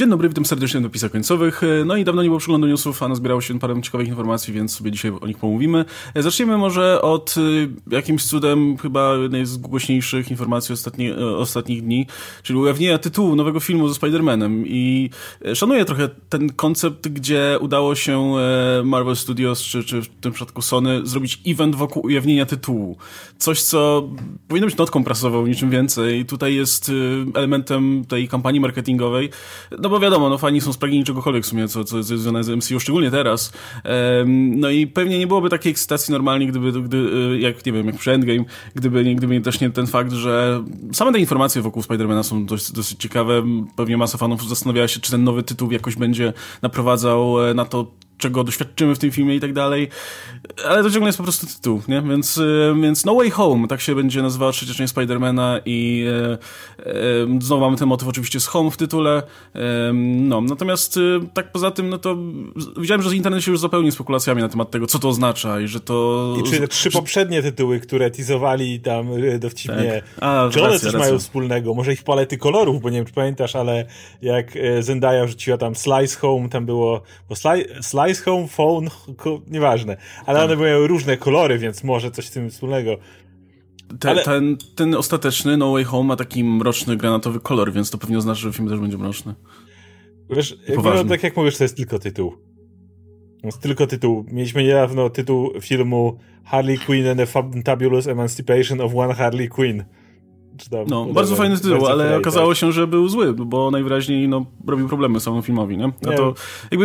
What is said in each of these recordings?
Dzień dobry, witam serdecznie w napisach końcowych. No i dawno nie było przeglądu newsów, a nazbierało się parę ciekawych informacji, więc sobie dzisiaj o nich pomówimy. Zaczniemy może od jakimś cudem chyba jednej z głośniejszych informacji ostatnich dni, czyli ujawnienia tytułu nowego filmu ze Spider-Manem. I szanuję trochę ten koncept, gdzie udało się Marvel Studios, czy w tym przypadku Sony, zrobić event wokół ujawnienia tytułu. Coś, co powinno być notką prasową, niczym więcej. Tutaj jest elementem tej kampanii marketingowej. No bo wiadomo, no fani są spragnieni czegokolwiek w sumie, co jest związane z MCU, szczególnie teraz. No i pewnie nie byłoby takiej ekscytacji normalnie, gdyby jak nie wiem, jak przy Endgame, gdyby też nie ten fakt, że same te informacje wokół Spider-Mana są dosyć ciekawe. Pewnie masa fanów zastanawiała się, czy ten nowy tytuł jakoś będzie naprowadzał na to, czego doświadczymy w tym filmie i tak dalej, ale to ciągle jest po prostu tytuł, nie? Więc No Way Home, tak się będzie nazywała trzecia część Spider-Mana i znowu mamy ten motyw oczywiście z Home w tytule, no, natomiast tak poza tym, no to widziałem, że z internet się już zapełnił spekulacjami na temat tego, co to oznacza i że to... I czy te trzy poprzednie tytuły, które teasowali tam dowcipnie, tak. Czy one coś mają wspólnego? Może ich palety kolorów, bo nie wiem, czy pamiętasz, ale jak Zendaya rzuciła tam Slice Home, tam było Slice Home, Phone, nieważne. Ale tak. One mają różne kolory, więc może coś z tym wspólnego. Ten ostateczny No Way Home ma taki mroczny, granatowy kolor, więc to pewnie oznacza, że film też będzie mroczny. Wiesz, tak jak mówisz, to jest tylko tytuł. To jest tylko tytuł. Mieliśmy niedawno tytuł filmu Harley Quinn and the Fabulous Emancipation of One Harley Quinn. No, bardzo fajny tytuł, ale okazało się, że był zły, bo najwyraźniej robił problemy samemu filmowi, nie? A to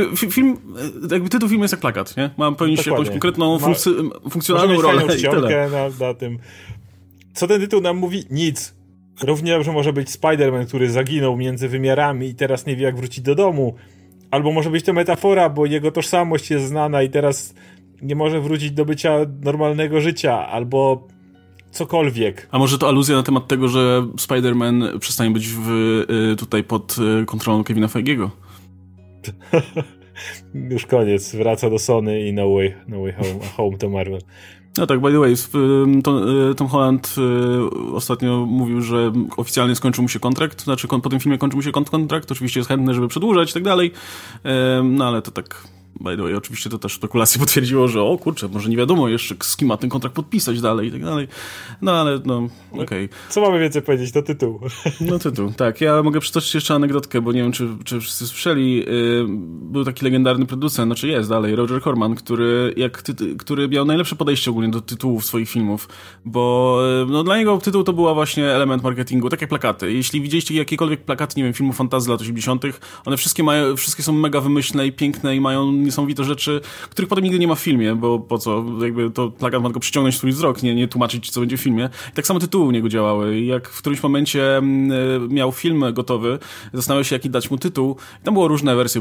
jakby tytuł filmu jest jak plakat, nie? Mam pełnić jakąś konkretną funkcjonalną rolę i tyle. Na tym. Co ten tytuł nam mówi? Nic. Równie dobrze może być Spider-Man, który zaginął między wymiarami i teraz nie wie, jak wrócić do domu. Albo może być to metafora, bo jego tożsamość jest znana i teraz nie może wrócić do bycia normalnego życia, albo cokolwiek. A może to aluzja na temat tego, że Spider-Man przestanie być tutaj pod kontrolą Kevina Feige'ego? Już koniec. Wraca do Sony i No Way Home to Marvel. No tak, by the way, Tom Holland ostatnio mówił, że oficjalnie skończył mu się kontrakt, znaczy po tym filmie kończył mu się kontrakt, oczywiście jest chętny, żeby przedłużać i tak dalej, no ale to tak... By the way, oczywiście to też spekulacje potwierdziło, że o kurczę, może nie wiadomo jeszcze z kim ma ten kontrakt podpisać dalej i tak dalej. No ale no, okej. Okay. Co mamy więcej powiedzieć? To tytuł. No tytuł, tak. Ja mogę przytoczyć jeszcze anegdotkę, bo nie wiem, czy wszyscy słyszeli. Był taki legendarny producent, znaczy jest dalej, Roger Corman, który miał najlepsze podejście ogólnie do tytułów swoich filmów, bo no, dla niego tytuł to była właśnie element marketingu, tak jak plakaty. Jeśli widzieliście jakiekolwiek plakaty, nie wiem, filmów fantazji lat 80., one wszystkie są mega wymyślne i piękne i mają niesamowite rzeczy, których potem nigdy nie ma w filmie, bo po co? Jakby to plakat ma tylko przyciągnąć twój wzrok, nie tłumaczyć, co będzie w filmie. I tak samo tytuły u niego działały. I jak w którymś momencie miał film gotowy, zastanawiał się, jaki dać mu tytuł. I tam było różne wersje,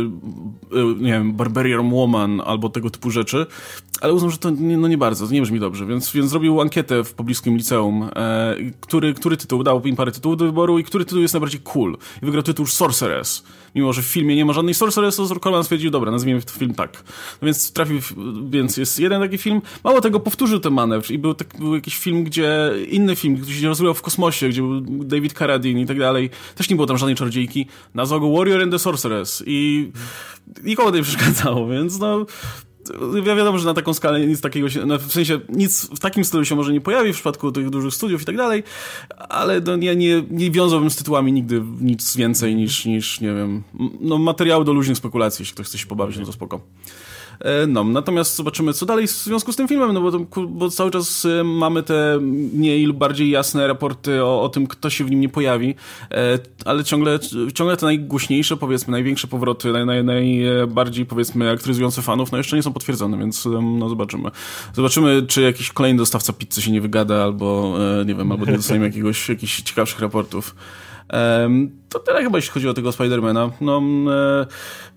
nie wiem, Barbarian Woman albo tego typu rzeczy, ale uznał, że to nie bardzo, to nie brzmi dobrze, więc zrobił ankietę w pobliskim liceum, który tytuł, dał im parę tytułów do wyboru i który tytuł jest najbardziej cool. I wygrał tytuł Sorceress. Mimo że w filmie nie ma żadnej Sorceress, to Corman stwierdził, dobra, nazwijmy film tak. No więc jest jeden taki film. Mało tego, powtórzył ten manewr i był jakiś film, inny film, który się rozwijał w kosmosie, gdzie był David Carradine i tak dalej. Też nie było tam żadnej czarodziejki. Nazwał go Warrior and the Sorceress i nikogo nie przeszkadzało, więc no... Wiadomo, że na taką skalę nic takiego się, w sensie nic w takim stylu się może nie pojawi w przypadku tych dużych studiów i tak dalej, ale no, ja nie wiązałbym z tytułami nigdy nic więcej niż nie wiem, no materiały do luźnych spekulacji, jeśli ktoś chce się pobawić, no to spoko. No, natomiast zobaczymy, co dalej w związku z tym filmem, no bo cały czas mamy te mniej lub bardziej jasne raporty o tym, kto się w nim nie pojawi, ale ciągle te najgłośniejsze, powiedzmy, największe powroty, najbardziej, powiedzmy, aktywizujące fanów, no jeszcze nie są potwierdzone, więc no zobaczymy. Zobaczymy, czy jakiś kolejny dostawca pizzy się nie wygada, albo nie wiem, albo nie dostaniemy jakichś ciekawszych raportów. To tyle chyba, jeśli chodzi o tego Spidermana. No...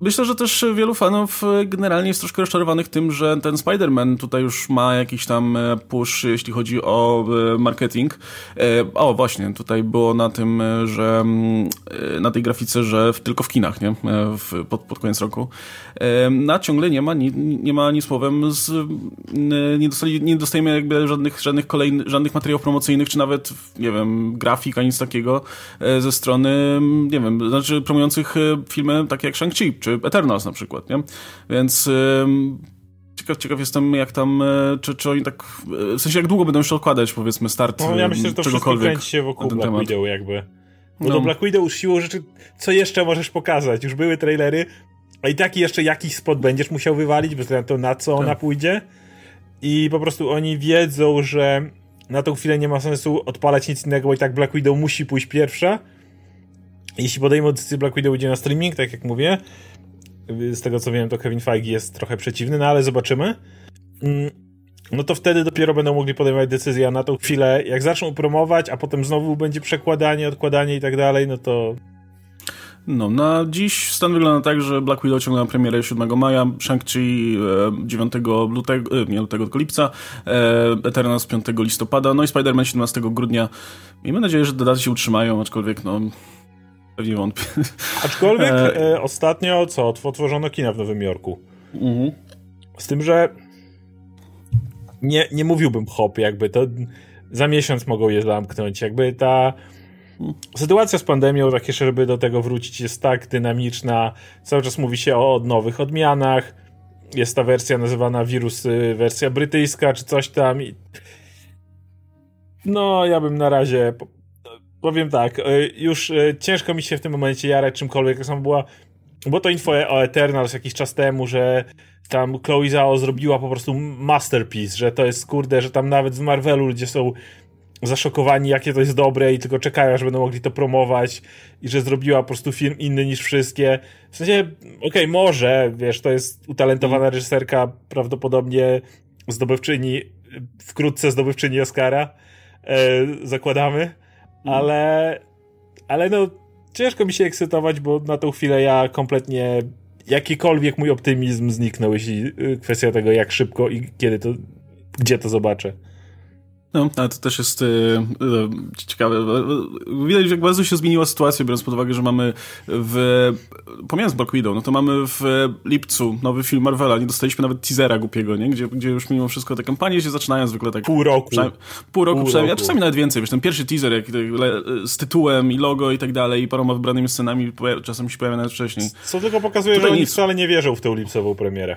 Myślę, że też wielu fanów generalnie jest troszkę rozczarowanych tym, że ten Spider-Man tutaj już ma jakiś tam push, jeśli chodzi o marketing. O, właśnie, tutaj było na tym, że na tej grafice, że tylko w kinach, nie? Pod koniec roku. A ciągle nie ma ani słowem nie dostajemy jakby żadnych materiałów promocyjnych, czy nawet, nie wiem, grafik, ani nic takiego ze strony, nie wiem, znaczy promujących filmy takie jak Shang-Chi, czy Eternals na przykład, nie? Więc ciekaw jestem, jak tam, czy oni tak, w sensie jak długo będą jeszcze odkładać, powiedzmy, start czegokolwiek. No ja myślę, że to wszystko kręci się wokół Black Widow jakby. Bo do Black Widow już siłą rzeczy, co jeszcze możesz pokazać? Już były trailery, a i taki jeszcze jakiś spot będziesz musiał wywalić, bez względu na co ona pójdzie. I po prostu oni wiedzą, że na tą chwilę nie ma sensu odpalać nic innego, bo i tak Black Widow musi pójść pierwsza. Jeśli podejmą decyzję, Black Widow idzie na streaming, tak jak mówię. Z tego co wiem, to Kevin Feige jest trochę przeciwny, no ale zobaczymy. No to wtedy dopiero będą mogli podejmować decyzję, a na tą chwilę, jak zaczną promować, a potem znowu będzie przekładanie, odkładanie i tak dalej, no to... No, na dziś stan wygląda tak, że Black Widow ciągle na premierę 7 maja, Shang-Chi 9 lutego, nie lutego, tylko lipca, Eternals 5 listopada, no i Spider-Man 17 grudnia. Miejmy nadzieję, że te daty się utrzymają, aczkolwiek no... Pewnie wątpię. Aczkolwiek ostatnio, otworzono kina w Nowym Jorku. Z tym, że nie mówiłbym hop, jakby to za miesiąc mogą je zamknąć. Jakby ta sytuacja z pandemią, tak jeszcze, żeby do tego wrócić, jest tak dynamiczna. Cały czas mówi się o nowych odmianach. Jest ta wersja nazywana wirus, wersja brytyjska, czy coś tam. No, ja bym na razie... Powiem tak, już ciężko mi się w tym momencie jarać czymkolwiek, jak sama było to info o Eternals jakiś czas temu, że tam Chloe Zhao zrobiła po prostu masterpiece, że to jest kurde, że tam nawet w Marvelu ludzie są zaszokowani, jakie to jest dobre i tylko czekają, aż będą mogli to promować i że zrobiła po prostu film inny niż wszystkie. W sensie, okej, może, wiesz, to jest utalentowana reżyserka, prawdopodobnie wkrótce zdobywczyni Oscara, zakładamy. Ale no ciężko mi się ekscytować, bo na tą chwilę ja kompletnie jakikolwiek mój optymizm zniknął, jeśli kwestia tego, jak szybko i gdzie to zobaczę. No, ale to też jest ciekawe. Widać, jak bardzo się zmieniła sytuacja, biorąc pod uwagę, że mamy pomijając Black Widow, no to mamy w lipcu nowy film Marvela, nie dostaliśmy nawet teasera głupiego, nie? Gdzie już mimo wszystko te kampanie się zaczynają zwykle tak... Pół roku przynajmniej, a czasami nawet więcej, wiesz, ten pierwszy teaser z tytułem i logo i tak dalej, i paroma wybranymi scenami, czasem się pojawia nawet wcześniej. Co tylko pokazuje, tutaj że oni wcale nie wierzą w tę lipcową premierę.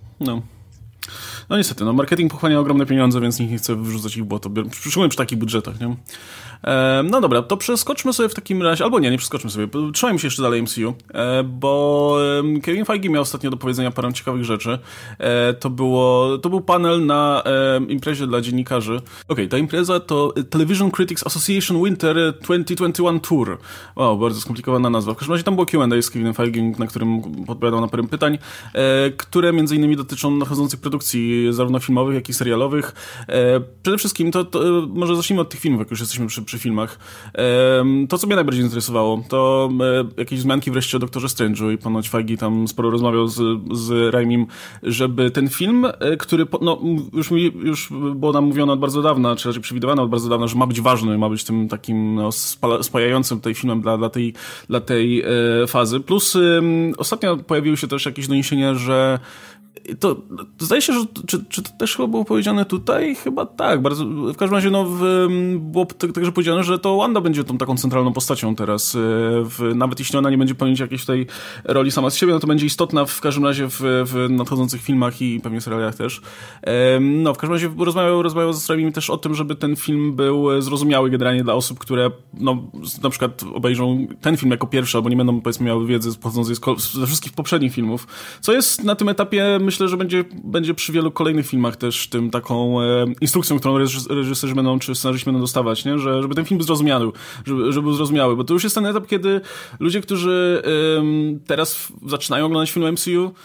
No niestety, marketing pochłania ogromne pieniądze, więc nikt nie chce wyrzucać ich w błoto, szczególnie przy takich budżetach, nie? No dobra, to przeskoczmy sobie w takim razie, albo nie przeskoczmy sobie, trzymajmy się jeszcze dalej MCU, bo Kevin Feige miał ostatnio do powiedzenia parę ciekawych rzeczy. To był panel na imprezie dla dziennikarzy. Okej, ta impreza to Television Critics Association Winter 2021 Tour. Wow, bardzo skomplikowana nazwa. W każdym razie tam było Q&A z Kevinem Feige, na którym odpowiadał na parę pytań, które między innymi dotyczą nadchodzących produkcji zarówno filmowych, jak i serialowych. Przede wszystkim to może zacznijmy od tych filmów, jak już jesteśmy przy filmach. To, co mnie najbardziej interesowało, to jakieś wzmianki wreszcie o Doktorze Strange'u i ponoć Feige tam sporo rozmawiał z Raimim, żeby ten film, który już było nam mówione od bardzo dawna, czy raczej przewidywane od bardzo dawna, że ma być ważny, ma być tym takim spajającym tutaj filmem dla tej fazy. Plus ostatnio pojawiły się też jakieś doniesienia, że to zdaje się, że czy to też chyba było powiedziane tutaj? Chyba tak. Bardzo, w każdym razie było także powiedziane, że to Wanda będzie tą taką centralną postacią teraz. Nawet jeśli ona nie będzie pełnić jakiejś tej roli sama z siebie, no to będzie istotna w każdym razie w nadchodzących filmach i pewnie serialach też. No, w każdym razie rozmawiał ze Raimim też o tym, żeby ten film był zrozumiały generalnie dla osób, które na przykład obejrzą ten film jako pierwszy, albo nie będą, powiedzmy, miały wiedzy pochodzącej ze wszystkich poprzednich filmów. Co jest na tym etapie, myślę, że będzie przy wielu kolejnych filmach też tym taką instrukcją, którą reżyserzy czy scenarzyści będą dostawać, nie? Żeby ten film był zrozumiały, żeby był zrozumiały, bo to już jest ten etap, kiedy ludzie, którzy teraz zaczynają oglądać film MCU,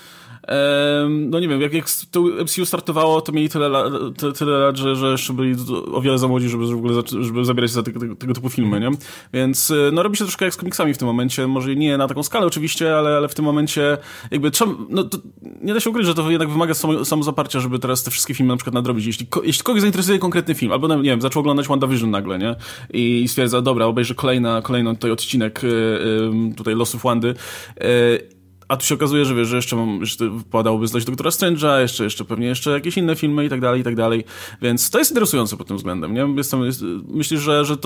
no nie wiem, jak to MCU startowało, to mieli tyle lat, że jeszcze byli o wiele za młodzi, żeby w ogóle żeby zabierać się za tego typu filmy, nie? Więc no robi się troszkę jak z komiksami w tym momencie, może nie na taką skalę oczywiście, ale w tym momencie jakby no to nie da się ukryć, że to jednak wymaga samozaparcia, żeby teraz te wszystkie filmy na przykład nadrobić. Jeśli kogoś zainteresuje konkretny film, albo nie wiem, zaczął oglądać WandaVision nagle, nie? I stwierdza, dobra, obejrzę kolejny tutaj odcinek tutaj Losów Wandy, a tu się okazuje, że wiesz, że jeszcze wypadałoby znaleźć Doktora Strange'a, jeszcze pewnie jakieś inne filmy i tak dalej. Więc to jest interesujące pod tym względem, nie? Myślę,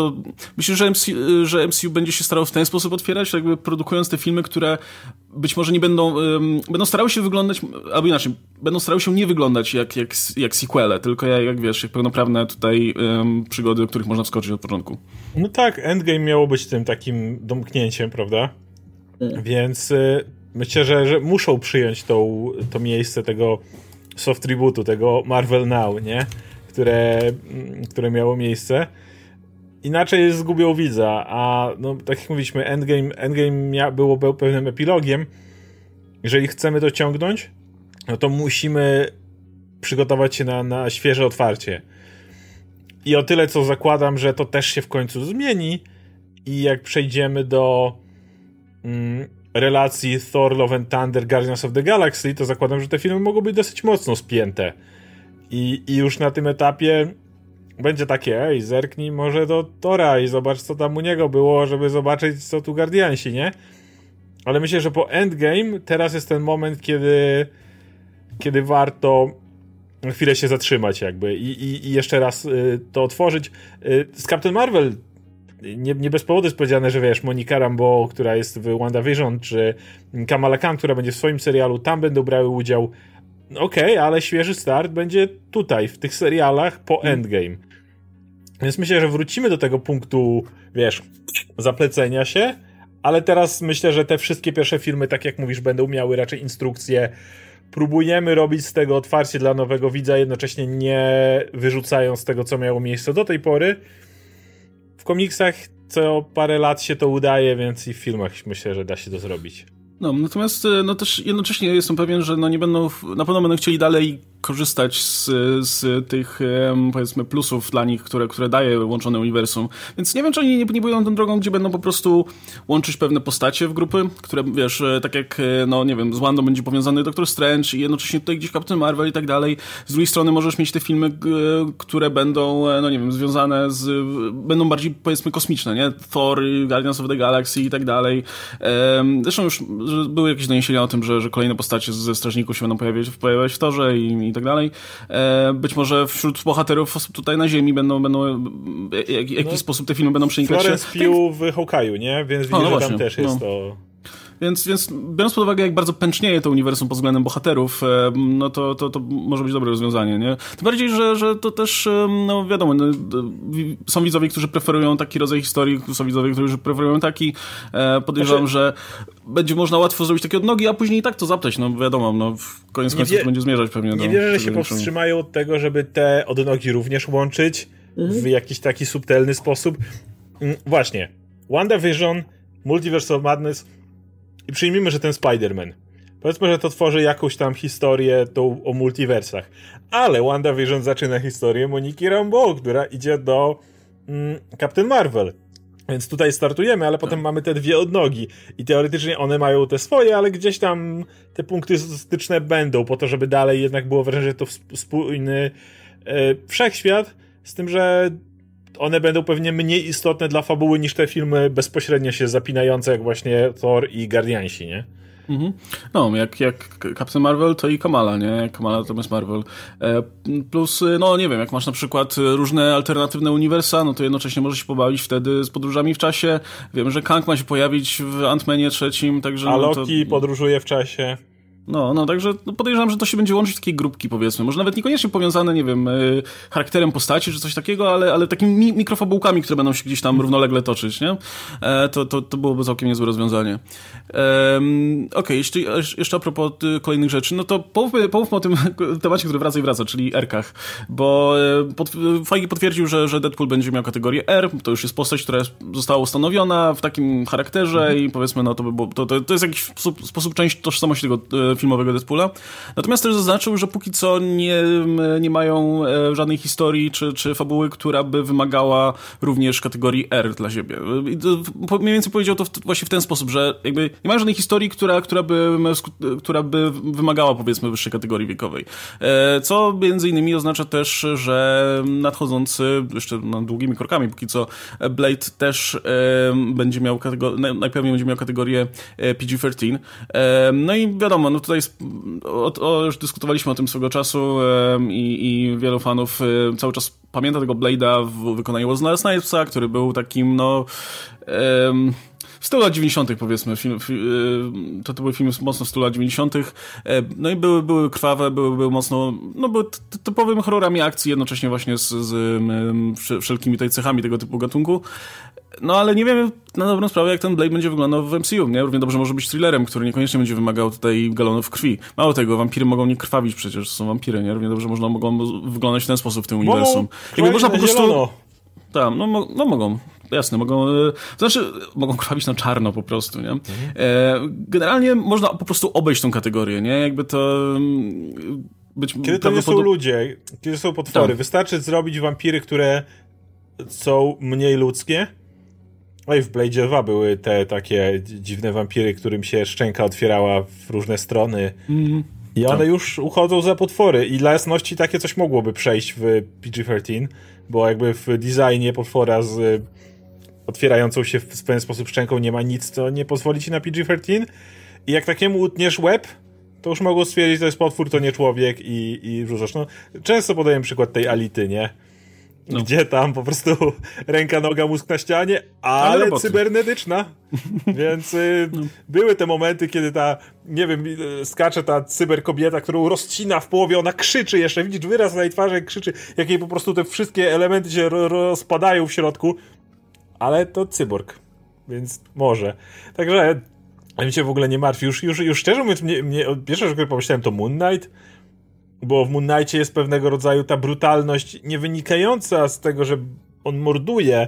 że MCU będzie się starało w ten sposób otwierać, jakby produkując te filmy, które być może nie będą starały się wyglądać, albo inaczej, będą starały się nie wyglądać jak sequele, tylko jak wiesz, jak pełnoprawne tutaj przygody, do których można wskoczyć od początku. No tak, Endgame miało być tym takim domknięciem, prawda? Więc myślę, że muszą przyjąć to miejsce tego soft rebootu, tego Marvel Now, nie? Które miało miejsce. Inaczej zgubią widza, a no, tak jak mówiliśmy, Endgame był pewnym epilogiem. Jeżeli chcemy to ciągnąć, no to musimy przygotować się na świeże otwarcie. I o tyle, co zakładam, że to też się w końcu zmieni i jak przejdziemy do relacji Thor, Love and Thunder, Guardians of the Galaxy, to zakładam, że te filmy mogą być dosyć mocno spięte. I już na tym etapie będzie takie, zerknij może do Tora i zobacz, co tam u niego było, żeby zobaczyć, co tu Guardiansi, nie? Ale myślę, że po Endgame teraz jest ten moment, kiedy warto na chwilę się zatrzymać jakby i jeszcze raz to otworzyć. Z Captain Marvel nie bez powodu jest powiedziane, że wiesz, Monica Rambeau, która jest w WandaVision, czy Kamala Khan, która będzie w swoim serialu, tam będą brały udział. Okej, ale świeży start będzie tutaj, w tych serialach po Endgame. Więc myślę, że wrócimy do tego punktu, wiesz, zaplecenia się, ale teraz myślę, że te wszystkie pierwsze filmy, tak jak mówisz, będą miały raczej instrukcje. Próbujemy robić z tego otwarcie dla nowego widza, jednocześnie nie wyrzucając tego, co miało miejsce do tej pory. W komiksach co parę lat się to udaje, więc i w filmach myślę, że da się to zrobić. No, natomiast no też jednocześnie jestem pewien, że no nie będą, na pewno będą chcieli dalej korzystać z tych, powiedzmy, plusów dla nich, które daje łączone uniwersum. Więc nie wiem, czy oni nie pójdą tą drogą, gdzie będą po prostu łączyć pewne postacie w grupy, które, wiesz, tak jak, no nie wiem, z Wandą będzie powiązany Doktor Strange i jednocześnie tutaj gdzieś Captain Marvel i tak dalej. Z drugiej strony możesz mieć te filmy, które będą, no nie wiem, związane będą bardziej, powiedzmy, kosmiczne, nie? Thor, Guardians of the Galaxy i tak dalej. Zresztą już były jakieś doniesienia o tym, że kolejne postacie ze Strażników się będą pojawiać w Torze i tak dalej. Być może wśród bohaterów tutaj na Ziemi będą w jakiś sposób te filmy będą przenikać się. Florence Pugh w Hawkeye'u, nie? Więc widzę, że tam też jest to... Więc biorąc pod uwagę, jak bardzo pęcznieje to uniwersum pod względem bohaterów, no to może być dobre rozwiązanie, nie? Tym bardziej, że to też, no wiadomo, są widzowie, którzy preferują taki rodzaj historii, są widzowie, którzy preferują taki. Podejrzewam, że będzie można łatwo zrobić takie odnogi, a później i tak to zaptać, no wiadomo, no w koniec końców to będzie zmierzać pewnie. Nie wierzę, że się powstrzymają od tego, żeby te odnogi również łączyć w jakiś taki subtelny sposób. Właśnie, WandaVision, Multiverse of Madness i przyjmijmy, że ten Spider-Man. Powiedzmy, że to tworzy jakąś tam historię o multiversach. Ale WandaVision zaczyna historię Moniki Rambeau, która idzie do Captain Marvel. Więc tutaj startujemy, ale potem mamy te dwie odnogi. I teoretycznie one mają te swoje, ale gdzieś tam te punkty styczne będą, po to, żeby dalej jednak było wrażenie, że to spójny wszechświat. Z tym, że one będą pewnie mniej istotne dla fabuły niż te filmy bezpośrednio się zapinające, jak właśnie Thor i Guardiansi, nie? No, jak Captain Marvel, to i Kamala, nie? Kamala to jest Marvel. Plus, no nie wiem, jak masz na przykład różne alternatywne uniwersa, no to jednocześnie możesz się pobawić wtedy z podróżami w czasie. Wiem, że Kang ma się pojawić w Ant-Manie trzecim, także... A Loki podróżuje w czasie. No, także podejrzewam, że to się będzie łączyć w takiej grupki, powiedzmy. Może nawet niekoniecznie powiązane, nie wiem, charakterem postaci czy coś takiego, ale takimi mikrofabułkami, które będą się gdzieś tam równolegle toczyć, nie? To byłoby całkiem niezłe rozwiązanie. Okej, jeszcze a propos kolejnych rzeczy, no to połówmy o tym temacie, który wraca, czyli R-kach, bo Feige potwierdził, że Deadpool będzie miał kategorię R, to już jest postać, która została ustanowiona w takim charakterze i powiedzmy, no to jest jakiś sposób część tożsamości tego filmowego Deadpoola. Natomiast też zaznaczył, że póki co nie mają żadnej historii czy fabuły, która by wymagała również kategorii R dla siebie. Mniej więcej powiedział to właśnie w ten sposób, że jakby nie ma żadnej historii, która by wymagała, powiedzmy, wyższej kategorii wiekowej. Co między innymi oznacza też, że nadchodzący, jeszcze długimi krokami póki co, Blade też będzie miał najpewniej będzie miał kategorię PG-13. No i wiadomo, no tutaj już dyskutowaliśmy o tym swego czasu i wielu fanów cały czas pamięta tego Blade'a w wykonaniu Wesley'a Snipesa, który był takim, no... w stylu lat 90. powiedzmy. To były filmy mocno w stylu lat 90. No i były krwawe, były mocno... No były typowymi horrorami akcji, jednocześnie właśnie z wszelkimi tutaj cechami tego typu gatunku. No ale nie wiemy na dobrą sprawę, jak ten Blade będzie wyglądał w MCU, nie? Równie dobrze może być thrillerem, który niekoniecznie będzie wymagał tutaj galonów krwi. Mało tego, wampiry mogą nie krwawić przecież, to są wampiry, nie? Równie dobrze mogą wyglądać w ten sposób w tym uniwersum. Jakby można po prostu... Tak, no mogą. Jasne, mogą krwawić na czarno po prostu, nie? Generalnie można po prostu obejść tą kategorię, nie? Jakby to... Kiedy to nie są ludzie, kiedy są potwory. Tak. Wystarczy zrobić wampiry, które są mniej ludzkie. No i w Blade'zie 2 były te takie dziwne wampiry, którym się szczęka otwierała w różne strony. I one już uchodzą za potwory. I dla jasności takie coś mogłoby przejść w PG-13, bo jakby w designie potwora z otwierającą się w pewien sposób szczęką nie ma nic, co nie pozwoli ci na PG-13. I jak takiemu utniesz łeb, to już mogą stwierdzić, że to jest potwór, to nie człowiek i wrzucasz. No, często podaję przykład tej Ality, nie? Gdzie tam po prostu ręka, noga, mózg na ścianie, ale cybernetyczna. Więc były te momenty, kiedy ta, nie wiem, skacze ta cyberkobieta, którą rozcina w połowie, ona krzyczy jeszcze, widzisz wyraz na jej twarzy, jak krzyczy, jak jej po prostu te wszystkie elementy się rozpadają w środku, ale to cyborg, więc może. Także mi się w ogóle nie martwi. Już szczerze mówiąc, pierwsza rzecz, o której pomyślałem, to Moon Knight, bo w Moon Knightie jest pewnego rodzaju ta brutalność nie wynikająca z tego, że on morduje,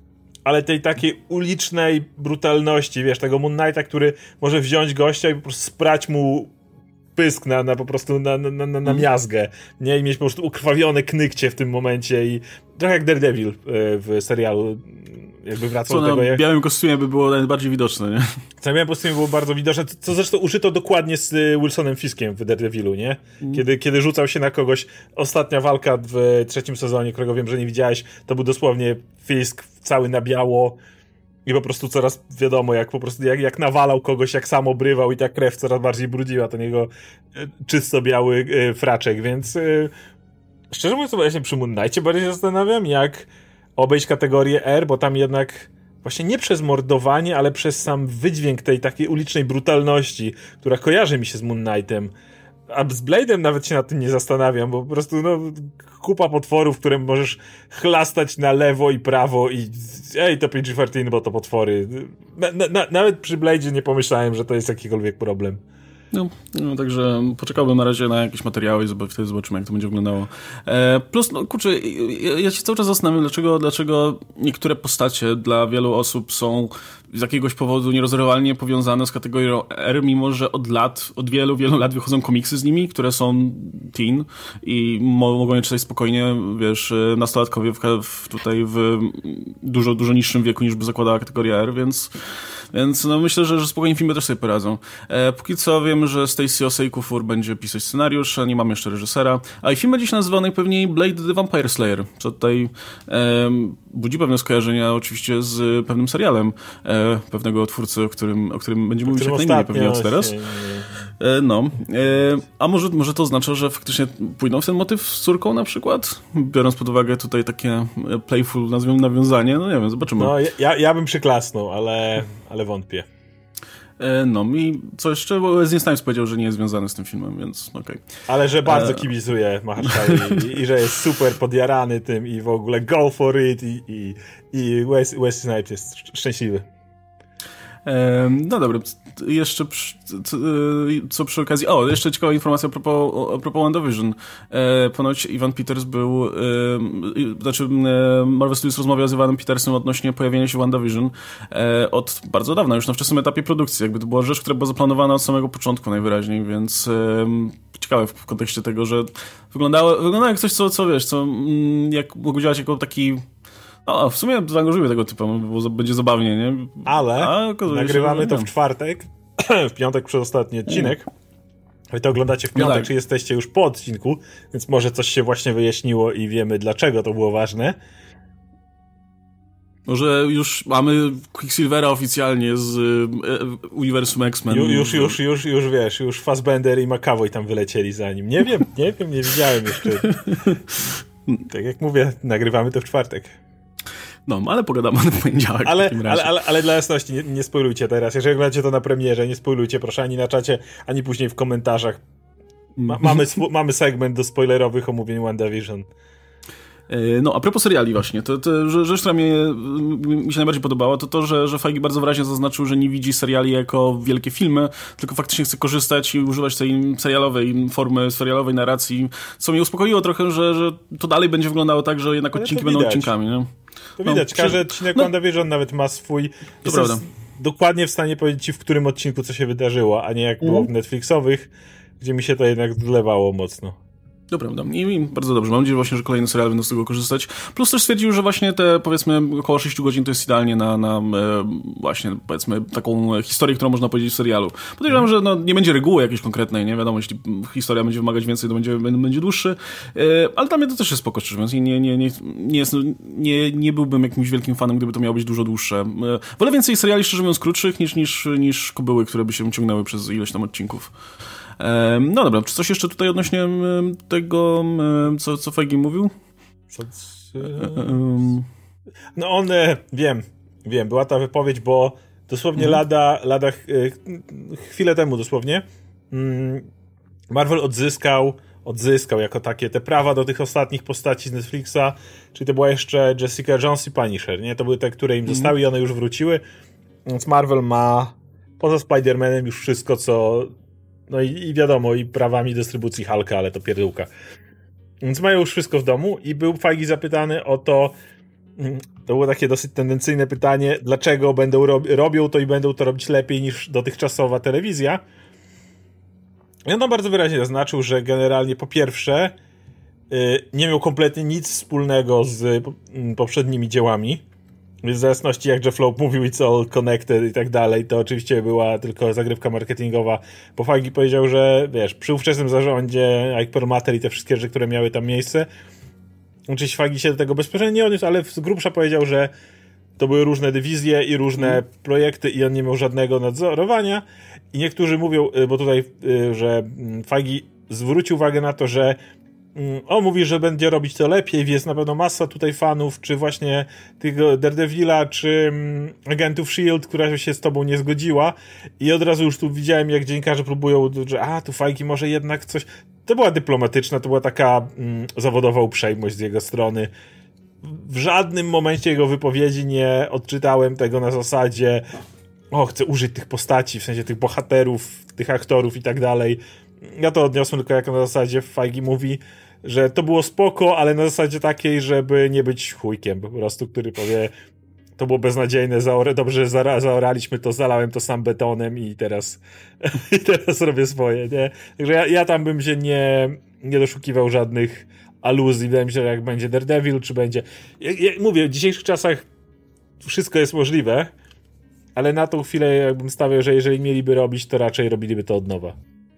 ale tej takiej ulicznej brutalności, wiesz, tego Moon Knighta, który może wziąć gościa i po prostu sprać mu pysk po prostu na miazgę, nie? I mieć po prostu ukrwawione knykcie w tym momencie i trochę jak Daredevil w serialu, jakby wracał do tego, jak... w białym kostiumie by było najbardziej widoczne, nie? W białym kostiumie było bardzo widoczne, co zresztą użyto dokładnie z Wilsonem Fiskiem w Daredevilu, nie? Kiedy rzucał się na kogoś. Ostatnia walka w 3. sezonie, którego wiem, że nie widziałeś, to był dosłownie Fisk cały na biało i po prostu coraz, wiadomo, jak po prostu jak nawalał kogoś, jak sam obrywał i ta krew coraz bardziej brudziła ten jego czysto biały fraczek, więc szczerze mówiąc, ja się przy Moon Knightie bardziej zastanawiam, jak obejść kategorię R, bo tam jednak właśnie nie przez mordowanie, ale przez sam wydźwięk tej takiej ulicznej brutalności, która kojarzy mi się z Moon Knightem. A z Blade'em nawet się nad tym nie zastanawiam, bo po prostu kupa potworów, które możesz chlastać na lewo i prawo i to PG-13, bo to potwory. Nawet przy Blade'zie nie pomyślałem, że to jest jakikolwiek problem. No, także poczekałbym na razie na jakieś materiały i wtedy zobaczymy, jak to będzie wyglądało. Plus, kurczę, ja się cały czas zastanawiam, dlaczego niektóre postacie dla wielu osób są z jakiegoś powodu nierozerwalnie powiązane z kategorią R, mimo że od wielu, wielu lat wychodzą komiksy z nimi, które są teen i mogą je czytać spokojnie, wiesz, nastolatkowie tutaj w dużo, dużo niższym wieku niż by zakładała kategoria R, więc myślę, że spokojnie filmy też sobie poradzą. Póki co wiemy, że Stacey Osei Kufur będzie pisać scenariusz, a nie mamy jeszcze reżysera, a i film będzie się nazywał najpewniej Blade the Vampire Slayer, co tutaj budzi pewne skojarzenia oczywiście z pewnym serialem pewnego twórcy, o którym będziemy mówić jak najmniej pewnie od teraz. A może to oznacza, że faktycznie pójdą w ten motyw z córką na przykład? Biorąc pod uwagę tutaj takie playful, nazwijmy, nawiązanie, no nie wiem, zobaczymy. No, ja bym przyklasnął, ale wątpię. I co jeszcze? Bo Wesley Snipes powiedział, że nie jest związany z tym filmem, więc okej. Ale że bardzo kibizuje Mahershala i że jest super podjarany tym i w ogóle go for it i Wesley Snipes jest szczęśliwy. No dobra, jeszcze co przy okazji... O, jeszcze ciekawa informacja a propos WandaVision. Ponoć Evan Peters był... Marvel Studios rozmawiał z Evanem Petersem odnośnie pojawienia się WandaVision od bardzo dawna, już na wczesnym etapie produkcji. Jakby to była rzecz, która była zaplanowana od samego początku najwyraźniej, więc ciekawe w kontekście tego, że wyglądało jak coś, co wiesz, jak mógł działać jako taki... No, w sumie zaangażujmy tego typu, bo będzie zabawnie, nie? Ale nagrywamy to w czwartek, w piątek przez ostatni odcinek. Wy to oglądacie w piątek, czy jesteście już po odcinku, więc może coś się właśnie wyjaśniło i wiemy, dlaczego to było ważne. Może już mamy Quicksilvera oficjalnie z uniwersum X-Men. Już wiesz, już Fassbender i McAvoy tam wylecieli za nim. Nie wiem, nie widziałem jeszcze. Tak jak mówię, nagrywamy to w czwartek. No, ale pogadamy na poniedziałek. Ale dla jasności, nie spoilujcie teraz. Jeżeli oglądacie to na premierze, nie spoilujcie, proszę, ani na czacie, ani później w komentarzach. Mamy segment do spoilerowych omówień WandaVision. No, a propos seriali właśnie, to rzecz, która mi się najbardziej podobała, to to, że Feige bardzo wyraźnie zaznaczył, że nie widzi seriali jako wielkie filmy, tylko faktycznie chce korzystać i używać tej serialowej formy, serialowej narracji, co mnie uspokoiło trochę, że to dalej będzie wyglądało tak, że jednak odcinki będą odcinkami, nie? To widać, każdy odcinek WandaVision nawet ma swój... To prawda. Dokładnie w stanie powiedzieć ci, w którym odcinku co się wydarzyło, a nie jak było w Netflixowych, gdzie mi się to jednak zlewało mocno. To prawda. I bardzo dobrze. Mam nadzieję właśnie, że kolejne seriale będą z tego korzystać. Plus też stwierdził, że właśnie te, powiedzmy, około 6 godzin to jest idealnie na właśnie, powiedzmy, taką historię, którą można powiedzieć w serialu. Podejrzewam, że nie będzie reguły jakiejś konkretnej, nie wiadomo, jeśli historia będzie wymagać więcej, to będzie dłuższy. Ale dla mnie to też jest spoko, szczerze mówiąc. Nie byłbym jakimś wielkim fanem, gdyby to miało być dużo dłuższe. Wolę więcej seriali, szczerze mówiąc, krótszych niż kobyły, które by się ciągnęły przez ileś tam odcinków. No dobra, czy coś jeszcze tutaj odnośnie tego, co Feige mówił? No on, wiem, była ta wypowiedź, bo dosłownie lada chwilę temu dosłownie Marvel odzyskał jako takie te prawa do tych ostatnich postaci z Netflixa, czyli to była jeszcze Jessica Jones i Punisher, nie? To były te, które im zostały i one już wróciły, więc Marvel ma poza Spider-Manem już wszystko, co... No i wiadomo, i prawami dystrybucji Hulka, ale to pierdółka. Więc mają już wszystko w domu i był Feige zapytany o to było takie dosyć tendencyjne pytanie, dlaczego robią to i będą to robić lepiej niż dotychczasowa telewizja. I on tam bardzo wyraźnie zaznaczył, że generalnie po pierwsze nie miał kompletnie nic wspólnego z poprzednimi dziełami. Więc w zależności jak Jeff Loeb mówił It's all connected i tak dalej, to oczywiście była tylko zagrywka marketingowa. Bo Feige powiedział, że wiesz, przy ówczesnym zarządzie Ike Perlmutter i te wszystkie rzeczy, które miały tam miejsce, oczywiście Feige się do tego bezpośrednio nie odniósł, ale z grubsza powiedział, że to były różne dywizje i różne projekty i on nie miał żadnego nadzorowania. I niektórzy mówią, bo tutaj, że Feige zwrócił uwagę na to, że on mówi, że będzie robić to lepiej, jest na pewno masa tutaj fanów, czy właśnie tego Daredevila, czy agentów S.H.I.E.L.D., która się z tobą nie zgodziła i od razu już tu widziałem, jak dziennikarze próbują, że tu Feige może jednak coś... To była dyplomatyczna, to była taka zawodowa uprzejmość z jego strony. W żadnym momencie jego wypowiedzi nie odczytałem tego na zasadzie chcę użyć tych postaci, w sensie tych bohaterów, tych aktorów i tak dalej. Ja to odniosłem tylko jako na zasadzie Feige mówi, że to było spoko, ale na zasadzie takiej, żeby nie być chujkiem po prostu, który powie to było beznadziejne, dobrze, że zaoraliśmy to, zalałem to sam betonem i teraz robię swoje, nie? Także ja tam bym się nie doszukiwał żadnych aluzji. Wydaje mi się, że jak będzie Daredevil, czy będzie... Jak mówię, w dzisiejszych czasach wszystko jest możliwe, ale na tą chwilę jakbym stawiał, że jeżeli mieliby robić, to raczej robiliby to od nowa.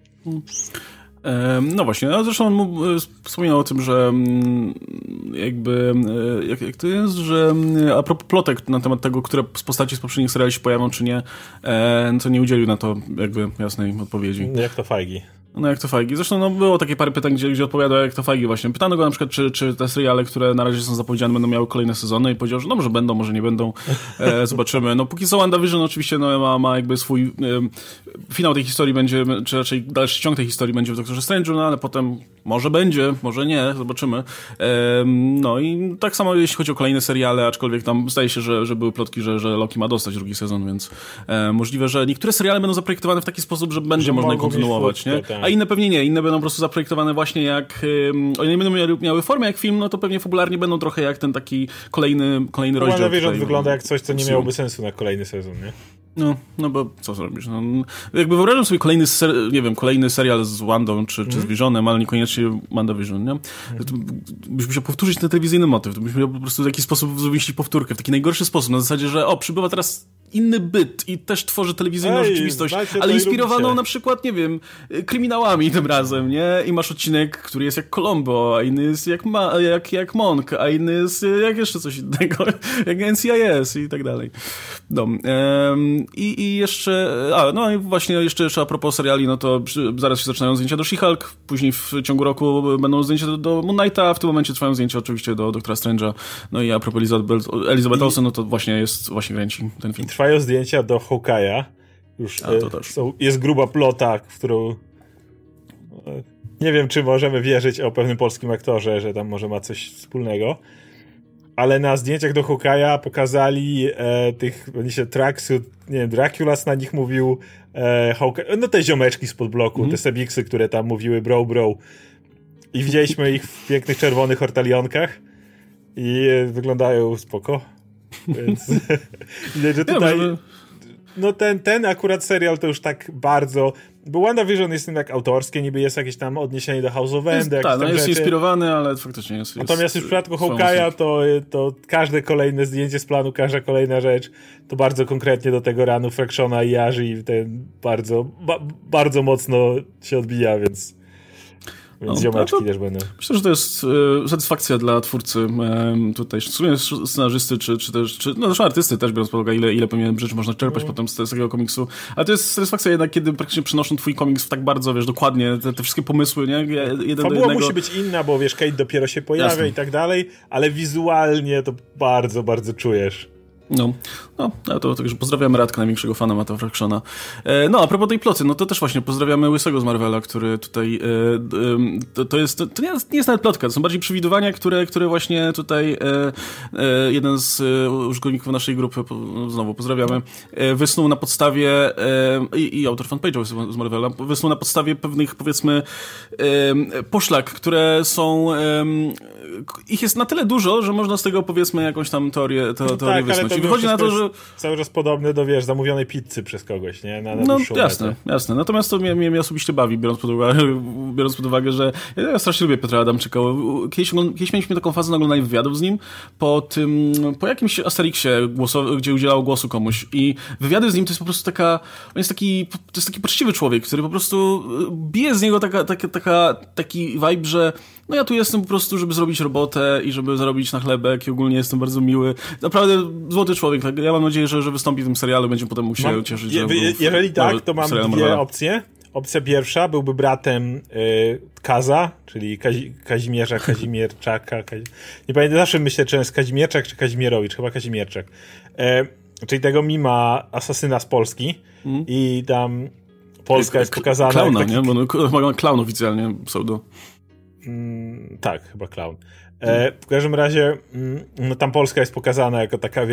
No właśnie, no zresztą on wspominał o tym, że jakby, jak to jest, że a propos plotek na temat tego, które z postaci z poprzednich seriali się pojawią, czy nie, to nie udzielił na to jakby jasnej odpowiedzi. Jak to Feige? No jak to Feige. Zresztą no, było takie parę pytań, gdzie odpowiadał jak to Feige właśnie. Pytano go na przykład, czy te seriale, które na razie są zapowiedziane, będą miały kolejne sezony i powiedział, że no może będą, może nie będą. Zobaczymy. No póki co WandaVision oczywiście no, ma jakby swój finał tej historii będzie, czy raczej dalszy ciąg tej historii będzie w Doktorze Strange'u, no ale potem może będzie, może nie, zobaczymy. No i tak samo jeśli chodzi o kolejne seriale, aczkolwiek tam zdaje się, że były plotki, że Loki ma dostać drugi sezon, więc możliwe, że niektóre seriale będą zaprojektowane w taki sposób, że będzie można je kontynuować, nie? A inne pewnie nie. Inne będą po prostu zaprojektowane właśnie jak... o ile nie będą miały formę jak film, no to pewnie fabularnie będą trochę jak ten taki kolejny rozdział. WandaVision wygląda jak coś, co nie miałoby sensu na kolejny sezon, nie? No bo co zrobisz? No, jakby wyobrażam sobie kolejny serial z Wandą czy z Visionem, ale niekoniecznie WandaVision, nie? To byś musiał powtórzyć ten telewizyjny motyw. To byś musiał po prostu w jakiś sposób zrobić powtórkę, w taki najgorszy sposób, na zasadzie, że przybywa teraz inny byt i też tworzy telewizyjną rzeczywistość, ale inspirowaną na przykład, nie wiem, kryminałami tym razem, nie? I masz odcinek, który jest jak Columbo, a inny jest jak Monk, a inny jest jak jeszcze coś innego, jak NCIS i tak dalej. No. I jeszcze, no i właśnie jeszcze a propos seriali, no to zaraz się zaczynają zdjęcia do She-Hulk, później w ciągu roku będą zdjęcia do Moon Knighta, w tym momencie trwają zdjęcia oczywiście do Doktora Strange'a, no i a propos Elizabeth Olsen, no to właśnie kręci ten film. Trwają zdjęcia do Hawkeye'a, już jest gruba plota, w którą nie wiem, czy możemy wierzyć o pewnym polskim aktorze, że tam może ma coś wspólnego. Ale na zdjęciach do Hawkeye'a pokazali tracksuit, nie wiem, Draculas na nich mówił, no te ziomeczki spod bloku, te sebiksy, które tam mówiły bro. I widzieliśmy ich w pięknych czerwonych ortalionkach i wyglądają spoko. Więc widać, że tutaj... No ten akurat serial to już tak bardzo... Bo WandaVision jest jednak autorskie, niby jest jakieś tam odniesienie do House of M. Jest inspirowany, ale faktycznie jest... Natomiast już w przypadku Hawkeye'a to każde kolejne zdjęcie z planu, każda kolejna rzecz to bardzo konkretnie do tego ranu Fractiona i Aży i ten bardzo mocno się odbija, więc ziomaczki też będą. Myślę, że to jest satysfakcja dla twórcy tutaj, szczególnie scenarzysty, czy też zresztą artysty też, biorąc pod uwagę, ile pewnie rzeczy można czerpać potem z takiego komiksu, ale to jest satysfakcja jednak, kiedy praktycznie przenoszą twój komiks w tak bardzo, dokładnie, te wszystkie pomysły, nie? Fabuła musi być inna, bo Kate dopiero się pojawia i tak dalej, ale wizualnie to bardzo, bardzo czujesz. No, to także pozdrawiamy Radka, największego fana Matta Fractiona. No, a propos tej ploty, no to też właśnie pozdrawiamy Łysego z Marvela, który tutaj to nie jest nawet plotka, to są bardziej przewidywania, które właśnie tutaj jeden z użytkowników naszej grupy, znowu pozdrawiamy, wysnuł na podstawie i autor fanpage'u z Marvela, wysnuł na podstawie pewnych, powiedzmy, poszlak, które są ich jest na tyle dużo, że można z tego, powiedzmy, jakąś tam teorię wysnuć. I wychodzi na to, że... cały czas podobne do, zamówionej pizzy przez kogoś, nie? Na jasne. Natomiast to mnie osobiście bawi, biorąc pod uwagę, że ja strasznie lubię Piotra Adamczyka. Kiedyś mieliśmy taką fazę na oglądaniu wywiadów z nim po jakimś Asterixie, gdzie udzielał głosu komuś. I wywiady z nim to jest po prostu to jest taki poczciwy człowiek, który po prostu bije z niego taki vibe, że no ja tu jestem po prostu, żeby zrobić robotę i żeby zarobić na chlebek i ogólnie jestem bardzo miły. Naprawdę złoty człowiek. Tak? Ja mam nadzieję, że wystąpi w tym serialu, będzie potem mógł się cieszyć. Jeżeli tak, to mam dwie opcje. Opcja pierwsza byłby bratem Kaza, czyli Kazimierczaka. Nie pamiętam, zawsze myślę, czy jest Kazimierczak, czy Kazimierowicz. Chyba Kazimierczak. Czyli tego mima asasyna z Polski. I tam Polska jest pokazana... Klauna, nie? Bo chyba klaun oficjalnie pseudo. Tak, chyba klaun. W każdym razie tam Polska jest pokazana jako taka,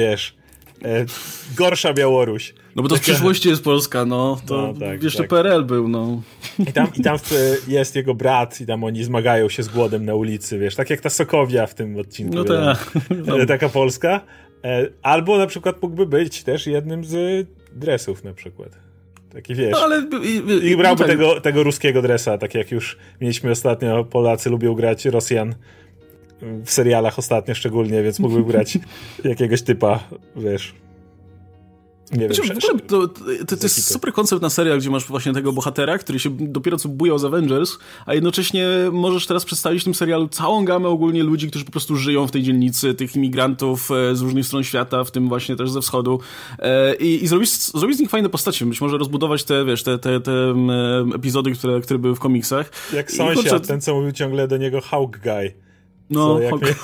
gorsza Białoruś. No bo to w przyszłości jest Polska, to jeszcze PRL był, I tam jest jego brat i tam oni zmagają się z głodem na ulicy, tak jak ta Sokowia w tym odcinku. No tak. Taka Polska. Albo na przykład mógłby być też jednym z dresów na przykład. Taki ale i brałby tego ruskiego dresa, tak jak już mieliśmy ostatnio, Polacy lubią grać Rosjan w serialach ostatnio szczególnie, więc mógłby grać jakiegoś typa, Nie wiem, to jest super koncept na serial, gdzie masz właśnie tego bohatera, który się dopiero co bujał z Avengers, a jednocześnie możesz teraz przedstawić w tym serialu całą gamę ogólnie ludzi, którzy po prostu żyją w tej dzielnicy, tych imigrantów z różnych stron świata, w tym właśnie też ze wschodu i zrobić z nich fajne postacie. Być może rozbudować te epizody, które były w komiksach. Jak sąsiad, ten co mówił ciągle do niego Hawk Guy. No,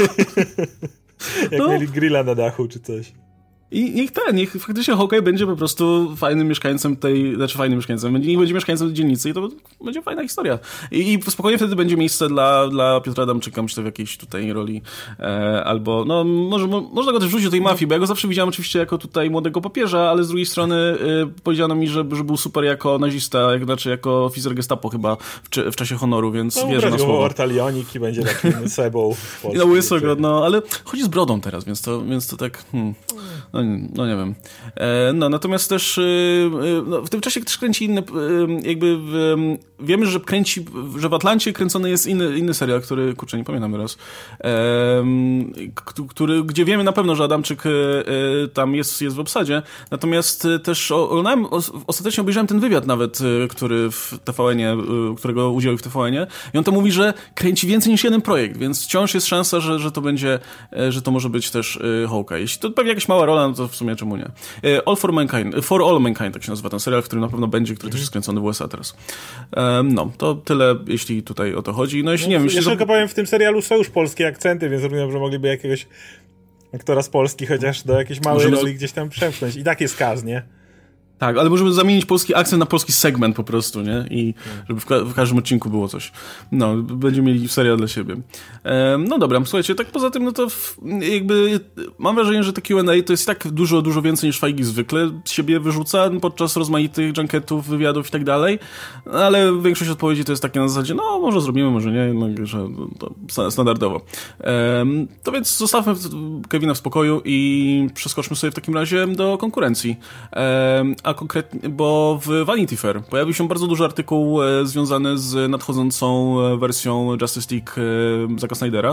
jak mieli grilla na dachu czy coś. I niech faktycznie Hawkeye będzie po prostu fajnym mieszkańcem niech będzie mieszkańcem tej dzielnicy i to będzie fajna historia. I spokojnie wtedy będzie miejsce dla Piotra Adamczyka, myślę, w jakiejś tutaj roli. Albo, no, można go też wrzucić do tej mafii, bo ja go zawsze widziałem oczywiście jako tutaj młodego papieża, ale z drugiej strony powiedziano mi, że był super jako nazista, jako oficer gestapo chyba w czasie honoru, więc wierzę na słowo. Ortalionik i będzie takim sebą w Polsce. No łysego, no, ale chodzi z brodą teraz, więc to tak... No nie wiem. No, natomiast też w tym czasie też kręci inne, wiemy, że w Atlancie kręcony jest inny serial, który, kurczę, nie pamiętam teraz, gdzie wiemy na pewno, że Adamczyk tam jest w obsadzie, natomiast też ostatecznie obejrzałem ten wywiad nawet, który w TVN-ie, którego udzielił w TVN-ie i on tam mówi, że kręci więcej niż jeden projekt, więc wciąż jest szansa, że to będzie, że to może być też Hawkeye. Jeśli to pewnie jakaś mała rola, no to w sumie czemu nie. For All Mankind, tak się nazywa ten serial, który na pewno będzie, który też jest kręcony w USA teraz. No, to tyle, jeśli tutaj o to chodzi. No, jeśli nie wiem... Jeszcze tylko powiem, w tym serialu są już polskie akcenty, więc rozumiem, że mogliby jakiegoś aktora z Polski chociaż do jakiejś małej roli gdzieś tam przemknąć. I tak jest Kaz, nie? Tak, ale możemy zamienić polski akcent na polski segment po prostu, nie? I żeby w każdym odcinku było coś. No, będziemy mieli serial dla siebie. No dobra, słuchajcie, tak poza tym, no to jakby mam wrażenie, że te Q&A to jest tak dużo więcej niż Feige zwykle siebie wyrzuca podczas rozmaitych junketów, wywiadów i tak dalej, ale większość odpowiedzi to jest takie na zasadzie, no może zrobimy, może nie, no, że to standardowo. To więc zostawmy Kevina w spokoju i przeskoczmy sobie w takim razie do konkurencji. A konkretnie, bo w Vanity Fair pojawił się bardzo duży artykuł związany z nadchodzącą wersją Justice League Zacka Snydera.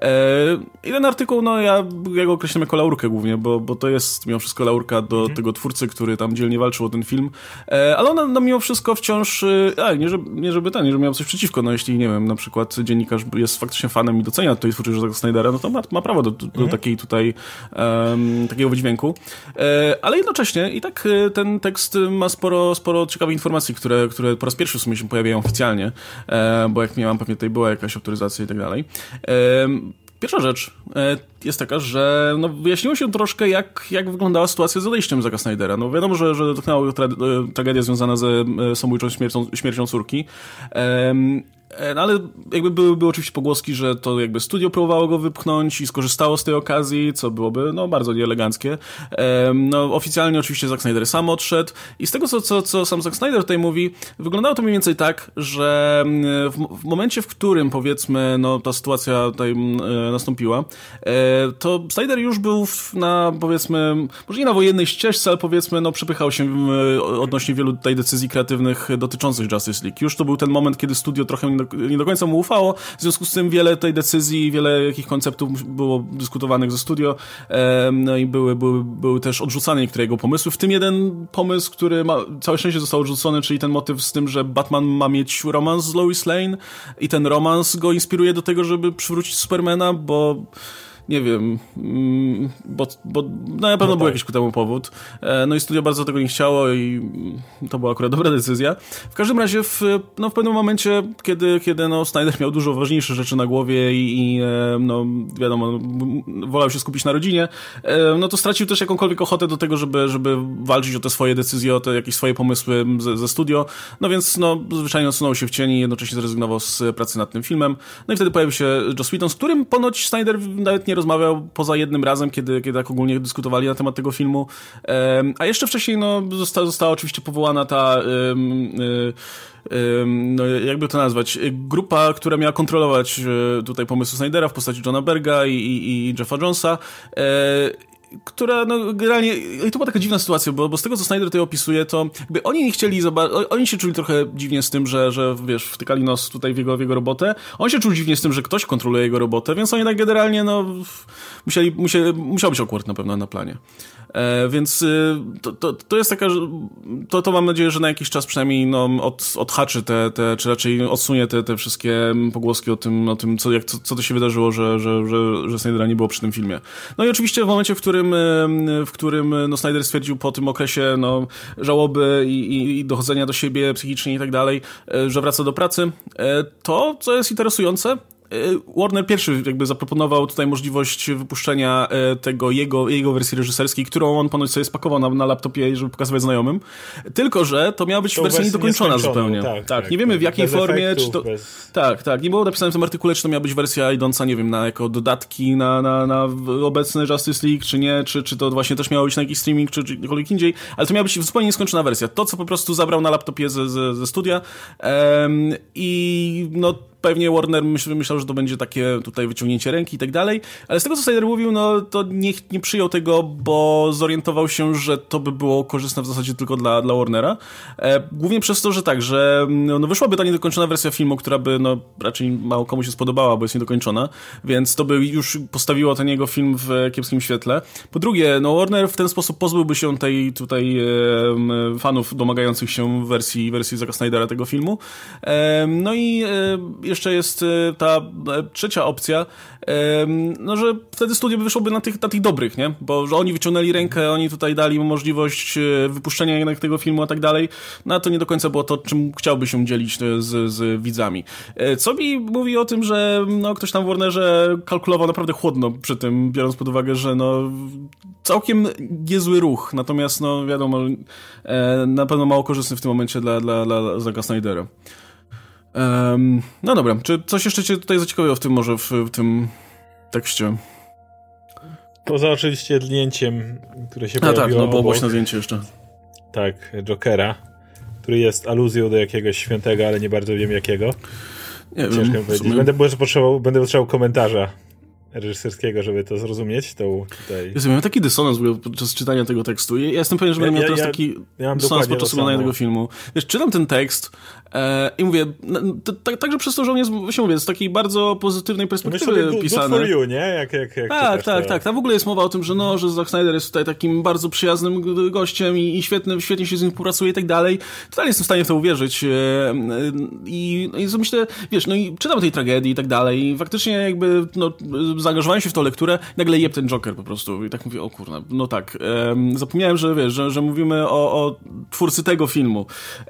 I ten artykuł, no ja go określam jako laurkę głównie, bo to jest mimo wszystko laurka do tego twórcy, który tam dzielnie walczył o ten film. Ale ona no, mimo wszystko wciąż, nie żeby miał coś przeciwko, no jeśli, nie wiem, na przykład dziennikarz jest faktycznie fanem i docenia tutaj twórczość Zacka Snydera, no to ma prawo do takiej tutaj takiego wydźwięku. Ale jednocześnie i tak ten tekst ma sporo ciekawych informacji, które po raz pierwszy w sumie się pojawiają oficjalnie, bo jak miałam, pewnie tutaj była jakaś autoryzacja i tak dalej. Pierwsza rzecz jest taka, że no, wyjaśniło się troszkę, jak wyglądała sytuacja z odejściem Zacka Snydera. No wiadomo, że dotknęła go tragedia związana ze samobójczą śmiercią córki. No ale jakby były oczywiście pogłoski, że to jakby studio próbowało go wypchnąć i skorzystało z tej okazji, co byłoby no bardzo nieeleganckie. No oficjalnie oczywiście Zack Snyder sam odszedł i z tego, co sam Zack Snyder tutaj mówi, wyglądało to mniej więcej tak, że w momencie, w którym powiedzmy no ta sytuacja tutaj nastąpiła, to Snyder już był na powiedzmy, może nie na wojennej ścieżce, ale powiedzmy no przepychał się odnośnie wielu tutaj decyzji kreatywnych dotyczących Justice League. Już to był ten moment, kiedy studio trochę nie do końca mu ufało, w związku z tym wiele tej decyzji, wiele jakich konceptów było dyskutowanych ze studio, no i były też odrzucane niektóre jego pomysły, w tym jeden pomysł, który całe szczęście został odrzucony, czyli ten motyw z tym, że Batman ma mieć romans z Lois Lane i ten romans go inspiruje do tego, żeby przywrócić Supermana, bo nie wiem, bo na pewno był jakiś ku temu powód. No i studio bardzo tego nie chciało i to była akurat dobra decyzja. W każdym razie w pewnym momencie, kiedy no, Snyder miał dużo ważniejsze rzeczy na głowie i no wiadomo, wolał się skupić na rodzinie, no to stracił też jakąkolwiek ochotę do tego, żeby walczyć o te swoje decyzje, o te jakieś swoje pomysły ze studio. No więc no zwyczajnie odsunął się w cieni i jednocześnie zrezygnował z pracy nad tym filmem. No i wtedy pojawił się Joss Whedon, z którym ponoć Snyder nawet nie rozmawiał poza jednym razem, kiedy tak ogólnie dyskutowali na temat tego filmu. A jeszcze wcześniej no, została oczywiście powołana ta no, jakby to nazwać, grupa, która miała kontrolować tutaj pomysły Snydera w postaci Johna Berga i Jeffa Jonesa, która, no, generalnie, i to była taka dziwna sytuacja, bo z tego, co Snyder tutaj opisuje, to jakby oni nie chcieli oni się czuli trochę dziwnie z tym, że wiesz, wtykali nos tutaj w jego robotę. On się czuł dziwnie z tym, że ktoś kontroluje jego robotę, więc oni tak generalnie, no, musiał być awkward na pewno na planie. Więc to jest taka, to mam nadzieję, że na jakiś czas przynajmniej no, odhaczy czy raczej odsunie te wszystkie pogłoski o tym co to się wydarzyło, że Snydera nie było przy tym filmie. No i oczywiście w momencie, w którym no, Snyder stwierdził po tym okresie no, żałoby i dochodzenia do siebie psychicznie i tak dalej, że wraca do pracy, to, co jest interesujące, Warner pierwszy jakby zaproponował tutaj możliwość wypuszczenia tego jego wersji reżyserskiej, którą on ponoć sobie spakował na laptopie, żeby pokazywać znajomym. Tylko że to miała być wersja niedokończona zupełnie. Tak, nie wiemy w jakiej formie, czy to... Tak, nie było napisane w tym artykule, czy to miała być wersja idąca, nie wiem, jako dodatki na obecny Justice League, czy nie, czy to właśnie też miało być na jakiś streaming, czy gdziekolwiek indziej, ale to miała być zupełnie nieskończona wersja. To, co po prostu zabrał na laptopie ze studia i no pewnie Warner myślał, że to będzie takie tutaj wyciągnięcie ręki i tak dalej, ale z tego, co Snyder mówił, no to nie przyjął tego, bo zorientował się, że to by było korzystne w zasadzie tylko dla Warnera. Głównie przez to, że tak, że no wyszłaby ta niedokończona wersja filmu, która by no raczej mało komu się spodobała, bo jest niedokończona, więc to by już postawiło ten jego film w kiepskim świetle. Po drugie, no Warner w ten sposób pozbyłby się tej tutaj fanów domagających się wersji Zacka Snydera tego filmu. No i jeszcze jest ta trzecia opcja, no że wtedy studio by wyszłoby na tych dobrych, nie? Bo że oni wyciągnęli rękę, oni tutaj dali mu możliwość wypuszczenia jednak tego filmu, a tak dalej, no a to nie do końca było to, czym chciałby się dzielić z widzami. Co mi mówi o tym, że no, ktoś tam w Warnerze kalkulował naprawdę chłodno przy tym, biorąc pod uwagę, że no całkiem niezły ruch, natomiast no wiadomo, na pewno mało korzystny w tym momencie dla Zacka Snydera. No dobra, czy coś jeszcze cię tutaj zaciekawiło w tym może w tym tekście? Poza oczywiście zdjęciem, które się pojawiło. Tak, no było głośne zdjęcie jeszcze. Tak, Jokera, który jest aluzją do jakiegoś świętego, ale nie bardzo wiem jakiego. Nie Ciężko wiem, powiedzieć. Będę potrzebował komentarza reżyserskiego, żeby to zrozumieć. Ja miałem taki dysonans podczas czytania tego tekstu. Ja jestem pewien, że będę miał teraz taki dysonans podczas oglądania tego filmu. Wiesz, czytam ten tekst i mówię, także przez to, że on jest, właśnie mówię, z takiej bardzo pozytywnej perspektywy pisany. Good for you, nie? Tak. Tam w ogóle jest mowa o tym, że Zack Snyder jest tutaj takim bardzo przyjaznym gościem i świetnie się z nim współpracuje i tak dalej. Totalnie jestem w stanie w to uwierzyć. I myślę, wiesz, no i czytam tej tragedii i tak dalej i faktycznie jakby, no, zaangażowałem się w tą lekturę, nagle jeb ten Joker po prostu. I tak mówię, o kurna, no tak. Zapomniałem, że wiesz, że mówimy o twórcy tego filmu.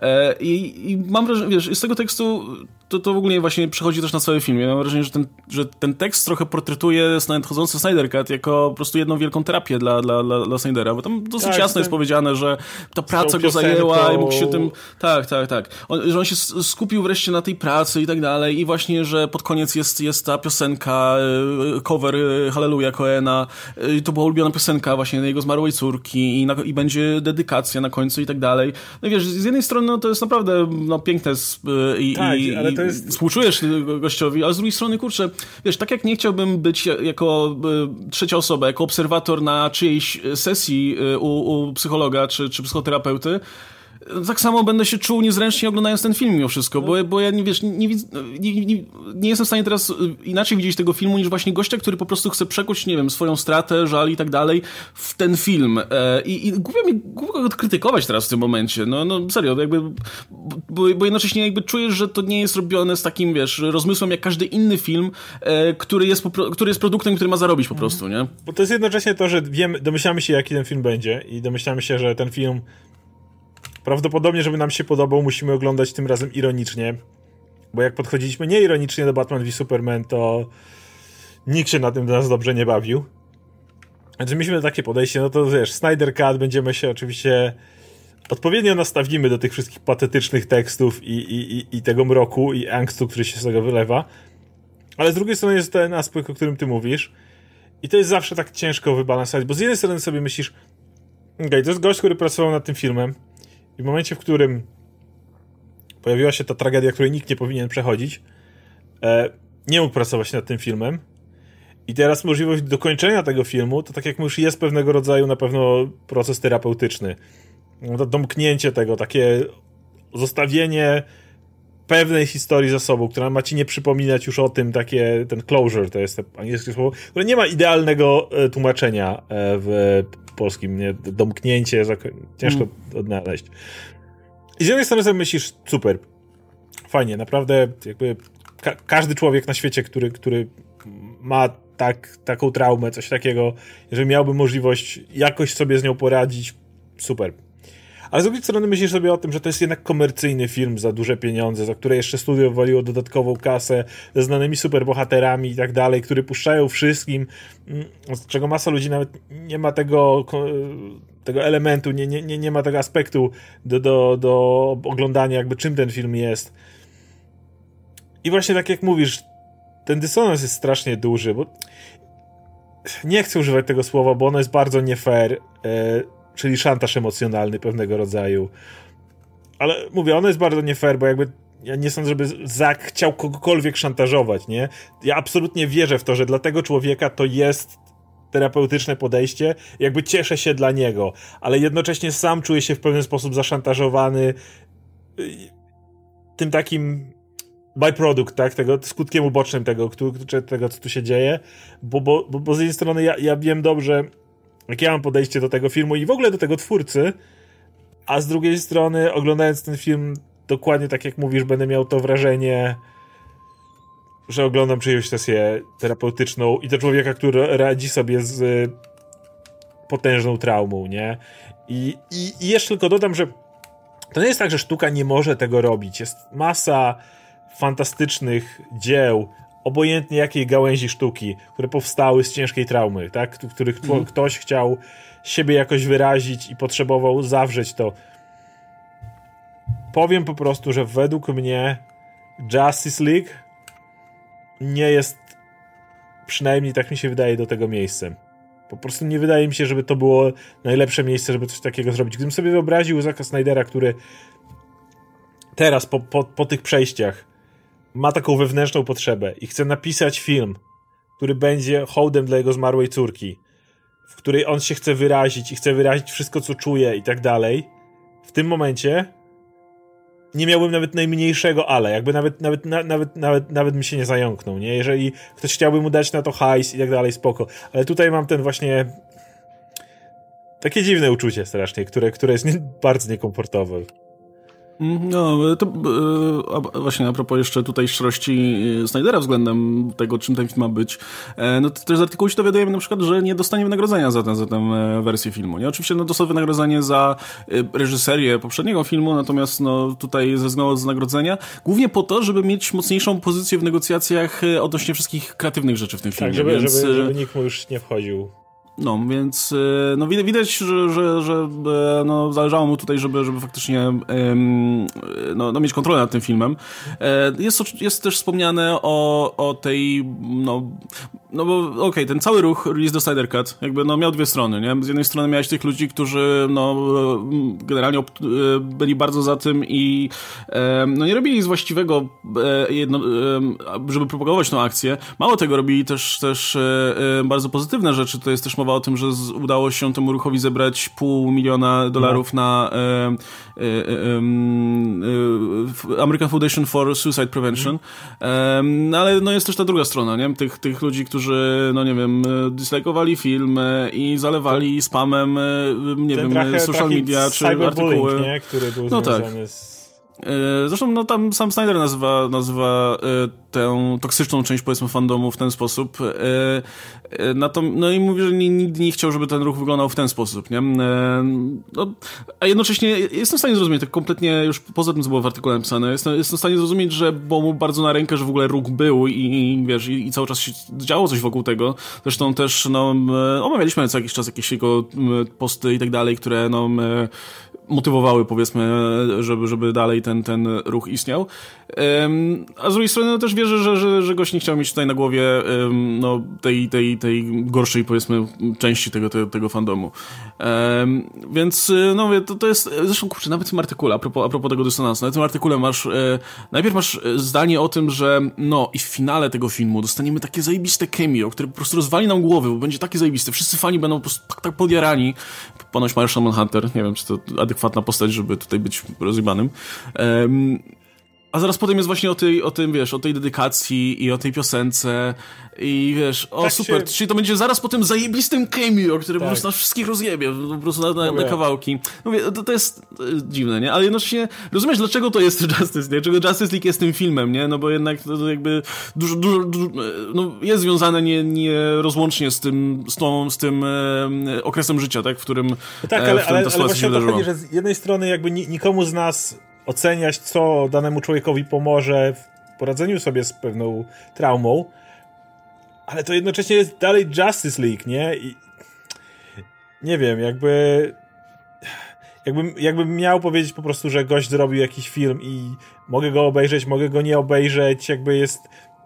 I mam wrażenie, wiesz, z tego tekstu to w ogóle właśnie przechodzi też na cały film. Ja mam wrażenie, że ten tekst trochę portretuje nadchodzący Snyder Cut jako po prostu jedną wielką terapię dla Snydera, bo tam dosyć jasno jest powiedziane, że ta praca go zajęła i mógł się tym... Tak. Że on się skupił wreszcie na tej pracy i tak dalej i właśnie, że pod koniec jest ta piosenka, cover Hallelujah Coena, to była ulubiona piosenka właśnie jego zmarłej córki i będzie dedykacja na końcu i tak dalej. No i wiesz, z jednej strony no, to jest naprawdę no, piękne ale to jest... współczujesz gościowi, ale z drugiej strony, kurczę, wiesz, tak jak nie chciałbym być jako trzecia osoba, jako obserwator na czyjejś sesji u psychologa czy psychoterapeuty, tak samo będę się czuł niezręcznie oglądając ten film mimo wszystko, bo ja wiesz, nie jestem w stanie teraz inaczej widzieć tego filmu niż właśnie gościa, który po prostu chce przekuć, nie wiem, swoją stratę, żal i tak dalej w ten film. I głupio go krytykować teraz w tym momencie. No serio, jakby, bo jednocześnie jakby czujesz, że to nie jest robione z takim, wiesz, rozmysłem jak każdy inny film, który jest produktem, który ma zarobić po prostu, nie? Bo to jest jednocześnie to, że domyślamy się, jaki ten film będzie i domyślamy się, że ten film prawdopodobnie, żeby nam się podobał, musimy oglądać tym razem ironicznie. Bo jak podchodziliśmy nieironicznie do Batman v Superman, to nikt się na tym do nas dobrze nie bawił. Więc mieliśmy takie podejście, no to wiesz, Snyder Cut, będziemy się oczywiście odpowiednio nastawimy do tych wszystkich patetycznych tekstów i tego mroku i angstu, który się z tego wylewa. Ale z drugiej strony jest ten aspekt, o którym ty mówisz. I to jest zawsze tak ciężko wybalansować, bo z jednej strony sobie myślisz, okej, to jest gość, który pracował nad tym filmem, i w momencie, w którym pojawiła się ta tragedia, której nikt nie powinien przechodzić, nie mógł pracować nad tym filmem. I teraz możliwość dokończenia tego filmu, to tak jak mówisz, jest pewnego rodzaju na pewno proces terapeutyczny. To domknięcie tego, takie zostawienie pewnej historii za sobą, która ma ci nie przypominać już o tym, ten closure, to jest to angielskie słowo, które nie ma idealnego tłumaczenia w polskim, nie? Domknięcie, ciężko odnaleźć. I z jednej strony sobie myślisz, super, fajnie, naprawdę jakby każdy człowiek na świecie, który ma taką traumę, coś takiego, jeżeli miałby możliwość jakoś sobie z nią poradzić, super. Ale z drugiej strony myślisz sobie o tym, że to jest jednak komercyjny film za duże pieniądze, za które jeszcze studio waliło dodatkową kasę, ze znanymi superbohaterami i tak dalej, który puszczają wszystkim, z czego masa ludzi nawet nie ma tego elementu, nie ma tego aspektu do oglądania, jakby czym ten film jest. I właśnie tak jak mówisz, ten dysonans jest strasznie duży, bo nie chcę używać tego słowa, bo ono jest bardzo nie fair, czyli szantaż emocjonalny pewnego rodzaju. Ale mówię, ono jest bardzo nie fair, bo jakby ja nie sądzę, żeby Zack chciał kogokolwiek szantażować, nie? Ja absolutnie wierzę w to, że dla tego człowieka to jest terapeutyczne podejście, jakby cieszę się dla niego, ale jednocześnie sam czuję się w pewien sposób zaszantażowany tym takim byproduct, tak? Skutkiem ubocznym tego, co tu się dzieje, bo z jednej strony ja wiem dobrze, jakie ja mam podejście do tego filmu i w ogóle do tego twórcy, a z drugiej strony oglądając ten film dokładnie tak jak mówisz, będę miał to wrażenie, że oglądam czyjąś sesję terapeutyczną i to człowieka, który radzi sobie z potężną traumą, nie? I jeszcze tylko dodam, że to nie jest tak, że sztuka nie może tego robić. Jest masa fantastycznych dzieł, obojętnie jakiej gałęzi sztuki, które powstały z ciężkiej traumy, tak? W których ktoś chciał siebie jakoś wyrazić i potrzebował zawrzeć to. Powiem po prostu, że według mnie Justice League nie jest, przynajmniej tak mi się wydaje, do tego miejscem. Po prostu nie wydaje mi się, żeby to było najlepsze miejsce, żeby coś takiego zrobić. Gdybym sobie wyobraził Zacka Snydera, który teraz po tych przejściach ma taką wewnętrzną potrzebę i chce napisać film, który będzie hołdem dla jego zmarłej córki, w której on się chce wyrazić i chce wyrazić wszystko, co czuje i tak dalej, w tym momencie nie miałbym nawet najmniejszego ale, jakby nawet mi się nie zająknął, nie? Jeżeli ktoś chciałby mu dać na to hajs i tak dalej, spoko. Ale tutaj mam ten właśnie takie dziwne uczucie strasznie, które jest bardzo niekomfortowe. No, to właśnie a propos jeszcze tutaj szczerości Snydera względem tego, czym ten film ma być, no to też z artykułu się dowiadujemy na przykład, że nie dostanie wynagrodzenia za tę wersję filmu. Nie? Oczywiście no, dostał wynagrodzenie za reżyserię poprzedniego filmu, natomiast no, tutaj zrezygnował z wynagrodzenia, głównie po to, żeby mieć mocniejszą pozycję w negocjacjach odnośnie wszystkich kreatywnych rzeczy w tym filmie. Tak, żeby nikt mu już nie wchodził. No, więc no, widać, że no, zależało mu tutaj, żeby faktycznie no, mieć kontrolę nad tym filmem. Jest też wspomniane o tej no bo okej, ten cały ruch Release the Snyder Cut jakby no miał dwie strony, nie? Z jednej strony miałeś tych ludzi, którzy no generalnie byli bardzo za tym i no nie robili z właściwego żeby propagować tą akcję. Mało tego, robili też bardzo pozytywne rzeczy. To jest też mowa o tym, że udało się temu ruchowi zebrać $500,000 na American Foundation for Suicide Prevention. Ale no jest też ta druga strona, nie? Tych ludzi, którzy, no nie wiem, dislike'owali film i zalewali spamem, nie wiem, social media czy artykuły. Nie? Który był no związany tak. z... Zresztą no tam sam Snyder nazywa tę toksyczną część, powiedzmy, fandomu w ten sposób. No i mówi, że nigdy nie chciał, żeby ten ruch wyglądał w ten sposób, nie? No, a jednocześnie jestem w stanie zrozumieć, tak kompletnie już poza tym, co było w artykule napisane, jestem w stanie zrozumieć, że było mu bardzo na rękę, że w ogóle ruch był i wiesz, i cały czas się działo coś wokół tego. Zresztą też, no, omawialiśmy co jakiś czas jakieś jego posty i tak dalej, które, no, motywowały, powiedzmy, żeby dalej ten ruch istniał. A z drugiej strony no, też wierzę, że gość nie chciał mieć tutaj na głowie no, tej gorszej, powiedzmy, części tego fandomu. Więc no mówię, to jest, zresztą kurczę, nawet w tym artykule, a propos tego dysonansu, na tym artykule najpierw masz zdanie o tym, że no i w finale tego filmu dostaniemy takie zajebiste cameo, które po prostu rozwali nam głowy, bo będzie takie zajebiste, wszyscy fani będą po prostu tak podjarani. Ponoć Marshall Manhunter, nie wiem, czy to adekwatna postać, żeby tutaj być rozjebanym. A zaraz potem jest właśnie o tym, wiesz, o tej dedykacji i o tej piosence i wiesz, tak super, czyli to będzie zaraz po tym zajebistym cameo, który tak. po prostu nas wszystkich rozjebie, po prostu na kawałki. Mówię, to jest dziwne, nie? Ale jednocześnie rozumiesz, dlaczego to jest Justice League, dlaczego Justice League jest tym filmem, nie? No bo jednak to jakby dużo no jest związane nierozłącznie z tym okresem życia, tak? W którym tak, ale właśnie o to chodzi, że z jednej strony jakby nikomu z nas oceniać, co danemu człowiekowi pomoże w poradzeniu sobie z pewną traumą, ale to jednocześnie jest dalej Justice League, nie? I nie wiem, jakbym miał powiedzieć po prostu, że gość zrobił jakiś film i mogę go obejrzeć, mogę go nie obejrzeć, jakby jest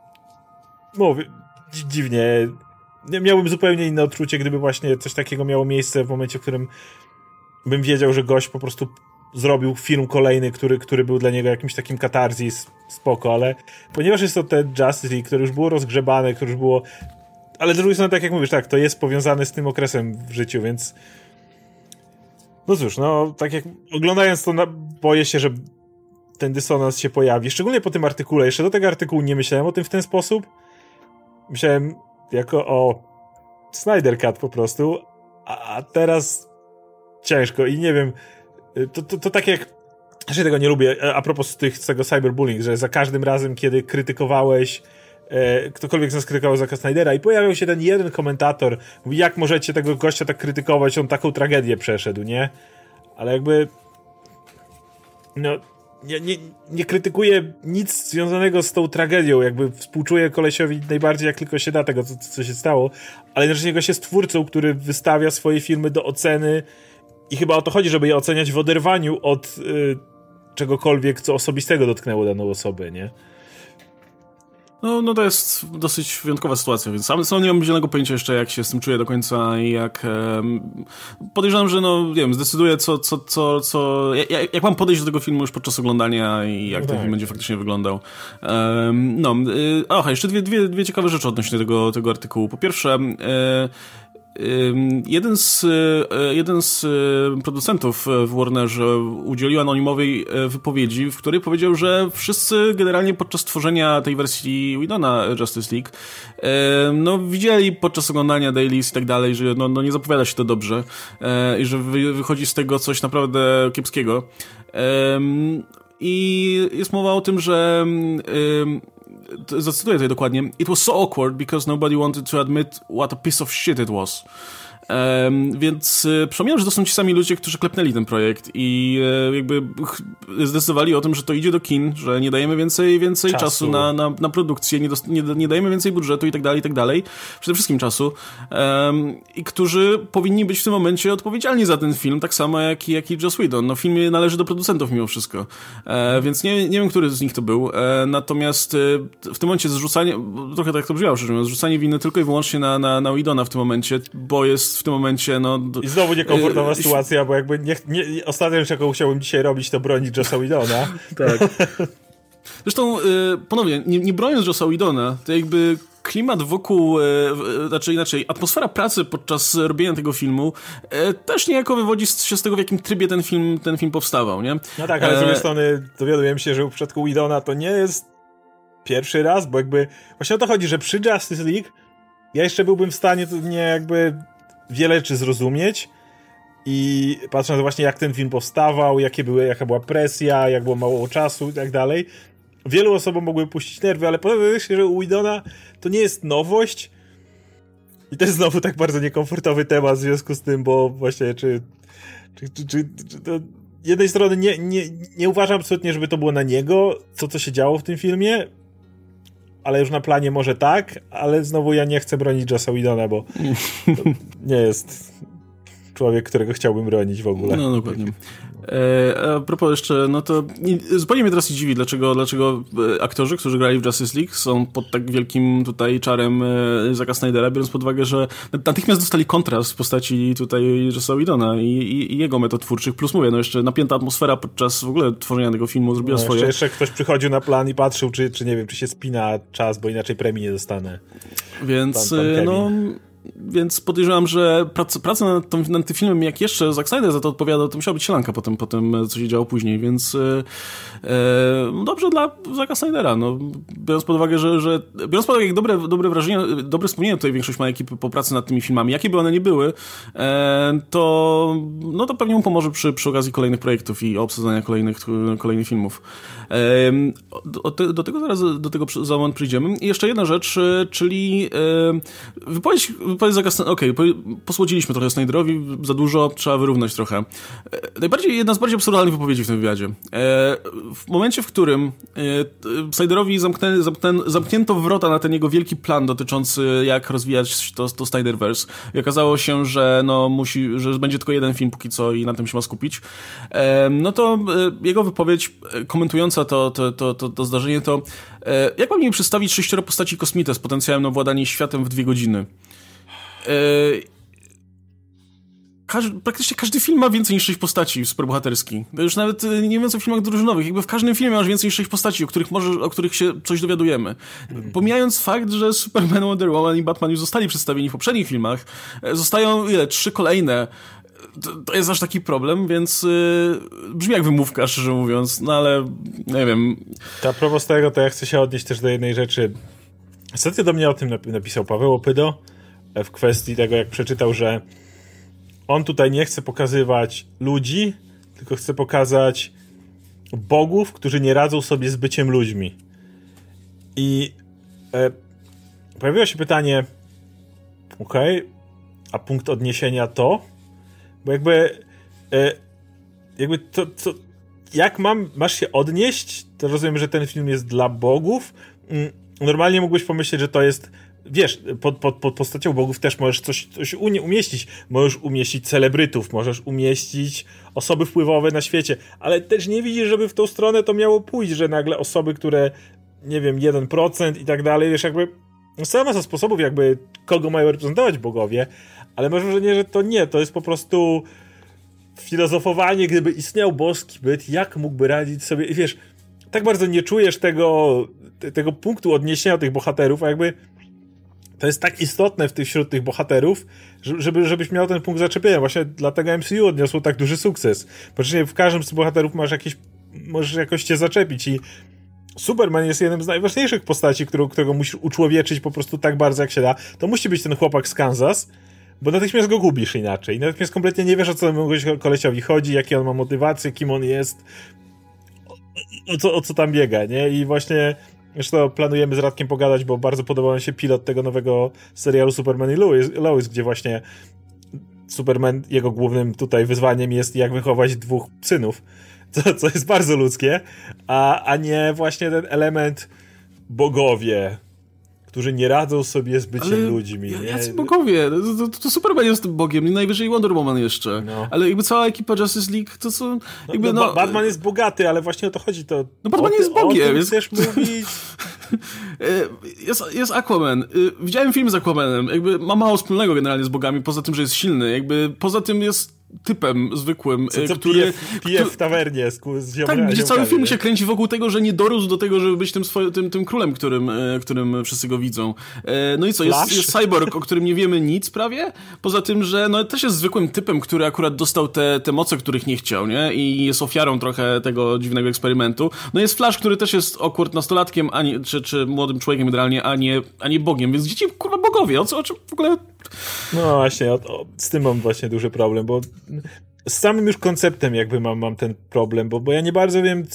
dziwnie. Miałbym zupełnie inne odczucie, gdyby właśnie coś takiego miało miejsce w momencie, w którym bym wiedział, że gość po prostu zrobił film kolejny, który był dla niego jakimś takim katarzis, spoko, ale ponieważ jest to ten Justice League, które już było rozgrzebane, które już było... Ale z drugiej strony, tak jak mówisz, tak, to jest powiązane z tym okresem w życiu, więc... No cóż, no, tak jak oglądając to, boję się, że ten dysonans się pojawi. Szczególnie po tym artykule. Jeszcze do tego artykułu nie myślałem o tym w ten sposób. Myślałem jako o Snyder Cut po prostu, a teraz ciężko i nie wiem... To tak jak... Ja tego nie lubię, a propos tego cyberbullying, że za każdym razem, kiedy krytykowałeś, ktokolwiek z nas krytykował Zacka Snydera i pojawiał się ten jeden komentator, mówi, jak możecie tego gościa tak krytykować, on taką tragedię przeszedł, nie? Ale jakby... No... Nie krytykuję nic związanego z tą tragedią, jakby współczuję kolesiowi najbardziej jak tylko się da tego, co się stało, ale jednocześnie gość jest twórcą, który wystawia swoje filmy do oceny i chyba o to chodzi, żeby je oceniać w oderwaniu od czegokolwiek, co osobistego dotknęło daną osobę, nie? No to jest dosyć wyjątkowa sytuacja, więc sam nie mam zielonego pojęcia jeszcze, jak się z tym czuję do końca i jak... podejrzewam, że no, nie wiem, zdecyduję jak mam podejść do tego filmu już podczas oglądania i jak ten film będzie faktycznie wyglądał. Jeszcze dwie ciekawe rzeczy odnośnie tego artykułu. Po pierwsze... Jeden z producentów w Warnerze udzielił anonimowej wypowiedzi, w której powiedział, że wszyscy generalnie podczas tworzenia tej wersji Whedona Justice League widzieli podczas oglądania dailies i tak dalej, że nie zapowiada się to dobrze i że wychodzi z tego coś naprawdę kiepskiego. I jest mowa o tym, że zacytuję tutaj dokładnie. It was so awkward because nobody wanted to admit what a piece of shit it was. Więc przypomniałem, że to są ci sami ludzie, którzy klepnęli ten projekt i jakby zdecydowali o tym, że to idzie do kin, że nie dajemy więcej czasu na produkcję, nie dajemy więcej budżetu i tak dalej. Przede wszystkim czasu. I którzy powinni być w tym momencie odpowiedzialni za ten film, tak samo jak i Joss Whedon. No film należy do producentów mimo wszystko. Więc nie wiem, który z nich to był. Natomiast w tym momencie trochę tak to brzmiało, zrzucanie winy tylko i wyłącznie na Whedona w tym momencie, bo jest w tym momencie, I znowu niekomfortowa sytuacja, bo jakby ostatnią rzecz, jaką chciałbym dzisiaj robić, to bronić Jossa Whedona. Tak. Zresztą, ponownie, nie broniąc Jossa Whedona, to jakby klimat wokół, inaczej, atmosfera pracy podczas robienia tego filmu też niejako wywodzi się z tego, w jakim trybie ten film powstawał, nie? No tak, ale z drugiej strony dowiadujemy się, że w przypadku Whedona to nie jest pierwszy raz, bo jakby właśnie o to chodzi, że przy Justice League ja jeszcze byłbym w stanie wiele rzeczy zrozumieć i patrząc właśnie, jak ten film powstawał, jaka była presja, jak było mało czasu i tak dalej, wielu osobom mogły puścić nerwy, ale podoba się, że u Whedona to nie jest nowość i to jest znowu tak bardzo niekomfortowy temat w związku z tym, bo właśnie czy to z jednej strony nie uważam absolutnie, żeby to było na niego, co się działo w tym filmie, ale już na planie może tak, ale znowu ja nie chcę bronić Jossa Whedona, bo to nie jest człowiek, którego chciałbym bronić w ogóle. No dokładnie. A propos jeszcze, to zupełnie mnie teraz dziwi, dlaczego aktorzy, którzy grali w Justice League, są pod tak wielkim tutaj czarem Zacka Snydera, biorąc pod uwagę, że natychmiast dostali kontrast w postaci tutaj Jossa Whedona i jego metod twórczych, plus mówię, jeszcze napięta atmosfera podczas w ogóle tworzenia tego filmu zrobiła swoje. Jeszcze ktoś przychodził na plan i patrzył, czy nie wiem, czy się spina czas, bo inaczej premii nie dostanę. Więc Więc podejrzewam, że praca nad tym filmem, jak jeszcze Zack Snyder za to odpowiadał, to musiała być sielanka po tym, co się działo później, więc dobrze dla Zacka Snydera, no, biorąc pod uwagę, biorąc pod uwagę, jak dobre wrażenie, dobre wspomnienia tutaj większość ma ekipy po pracy nad tymi filmami, jakie by one nie były, to pewnie mu pomoże przy okazji kolejnych projektów i obsadzania kolejnych filmów. Do tego za moment przyjdziemy. I jeszcze jedna rzecz, czyli wypowiedź Zacka Snydera. Okej, posłodziliśmy trochę Snyderowi, za dużo, trzeba wyrównać trochę. Jedna z bardziej absurdalnych wypowiedzi w tym wywiadzie. W momencie, w którym Snyderowi zamknięto wrota na ten jego wielki plan dotyczący jak rozwijać to Snyderverse i okazało się, że że będzie tylko jeden film póki co i na tym się ma skupić, no to jego wypowiedź komentująca to zdarzenie to jak mam mi przedstawić 6 postaci kosmite z potencjałem na władanie światem w 2 godziny? Praktycznie każdy film ma więcej niż 6 postaci superbohaterskich. Już nawet nie mówiąc o filmach drużynowych, jakby w każdym filmie masz więcej niż 6 postaci, o których się coś dowiadujemy. Pomijając fakt, że Superman, Wonder Woman i Batman już zostali przedstawieni w poprzednich filmach, zostają 3 kolejne. To jest aż taki problem, więc brzmi jak wymówka, szczerze mówiąc, no ale nie wiem. A propos tego, to ja chcę się odnieść też do jednej rzeczy. Ostatnio do mnie o tym napisał Paweł Opydo w kwestii tego, jak przeczytał, że on tutaj nie chce pokazywać ludzi, tylko chce pokazać bogów, którzy nie radzą sobie z byciem ludźmi. I pojawiło się pytanie, a punkt odniesienia to? Bo jakby to jak masz się odnieść, to rozumiem, że ten film jest dla bogów. Normalnie mógłbyś pomyśleć, że to jest, wiesz, pod postacią bogów też możesz coś umieścić. Możesz umieścić celebrytów, możesz umieścić osoby wpływowe na świecie, ale też nie widzisz, żeby w tą stronę to miało pójść, że nagle osoby, które, nie wiem, 1% i tak dalej, wiesz, jakby sama masa sposobów, jakby kogo mają reprezentować bogowie, ale masz wrażenie, że to nie, to jest po prostu filozofowanie, gdyby istniał boski byt, jak mógłby radzić sobie, i wiesz, tak bardzo nie czujesz tego punktu odniesienia tych bohaterów, a jakby to jest tak istotne wśród tych bohaterów, żebyś miał ten punkt zaczepienia. Właśnie dlatego MCU odniosło tak duży sukces. Praktycznie w każdym z tych bohaterów możesz jakoś cię zaczepić i Superman jest jednym z najważniejszych postaci, którego musisz uczłowieczyć po prostu tak bardzo jak się da. To musi być ten chłopak z Kansas, bo natychmiast go gubisz inaczej. Natychmiast kompletnie nie wiesz, o co temu kolesiowi chodzi, jakie on ma motywacje, kim on jest, o co tam biega, nie? I właśnie zresztą planujemy z Radkiem pogadać, bo bardzo podobał mi się pilot tego nowego serialu Superman i Lois, gdzie właśnie Superman, jego głównym tutaj wyzwaniem jest jak wychować 2 synów, co jest bardzo ludzkie, a nie właśnie ten element bogowie, którzy nie radzą sobie z byciem ludźmi. Jacy bogowie? To Superman jest bogiem, najwyżej Wonder Woman jeszcze. No. Ale jakby cała ekipa Justice League to są... Jakby, Batman jest bogaty, ale właśnie o to chodzi. Batman jest bogiem. O tym chcesz mówić? Jest Aquaman. Widziałem film z Aquamanem. Jakby ma mało wspólnego generalnie z bogami, poza tym, że jest silny. Jakby poza tym jest typem zwykłym, który pije w tawernie z ziomkami. Tak, gdzie cały film się kręci wokół tego, że nie dorósł do tego, żeby być tym królem, którym wszyscy go widzą. No i co, jest cyborg, o którym nie wiemy nic prawie, poza tym, że też jest zwykłym typem, który akurat dostał te moce, których nie chciał, nie? I jest ofiarą trochę tego dziwnego eksperymentu. No jest Flash, który też jest awkward nastolatkiem, czy młodym człowiekiem generalnie, a nie bogiem, więc dzieci, kurwa, bogowie, o czym w ogóle... No właśnie, z tym mam właśnie duży problem, bo z samym już konceptem jakby mam ten problem, bo ja nie bardzo wiem,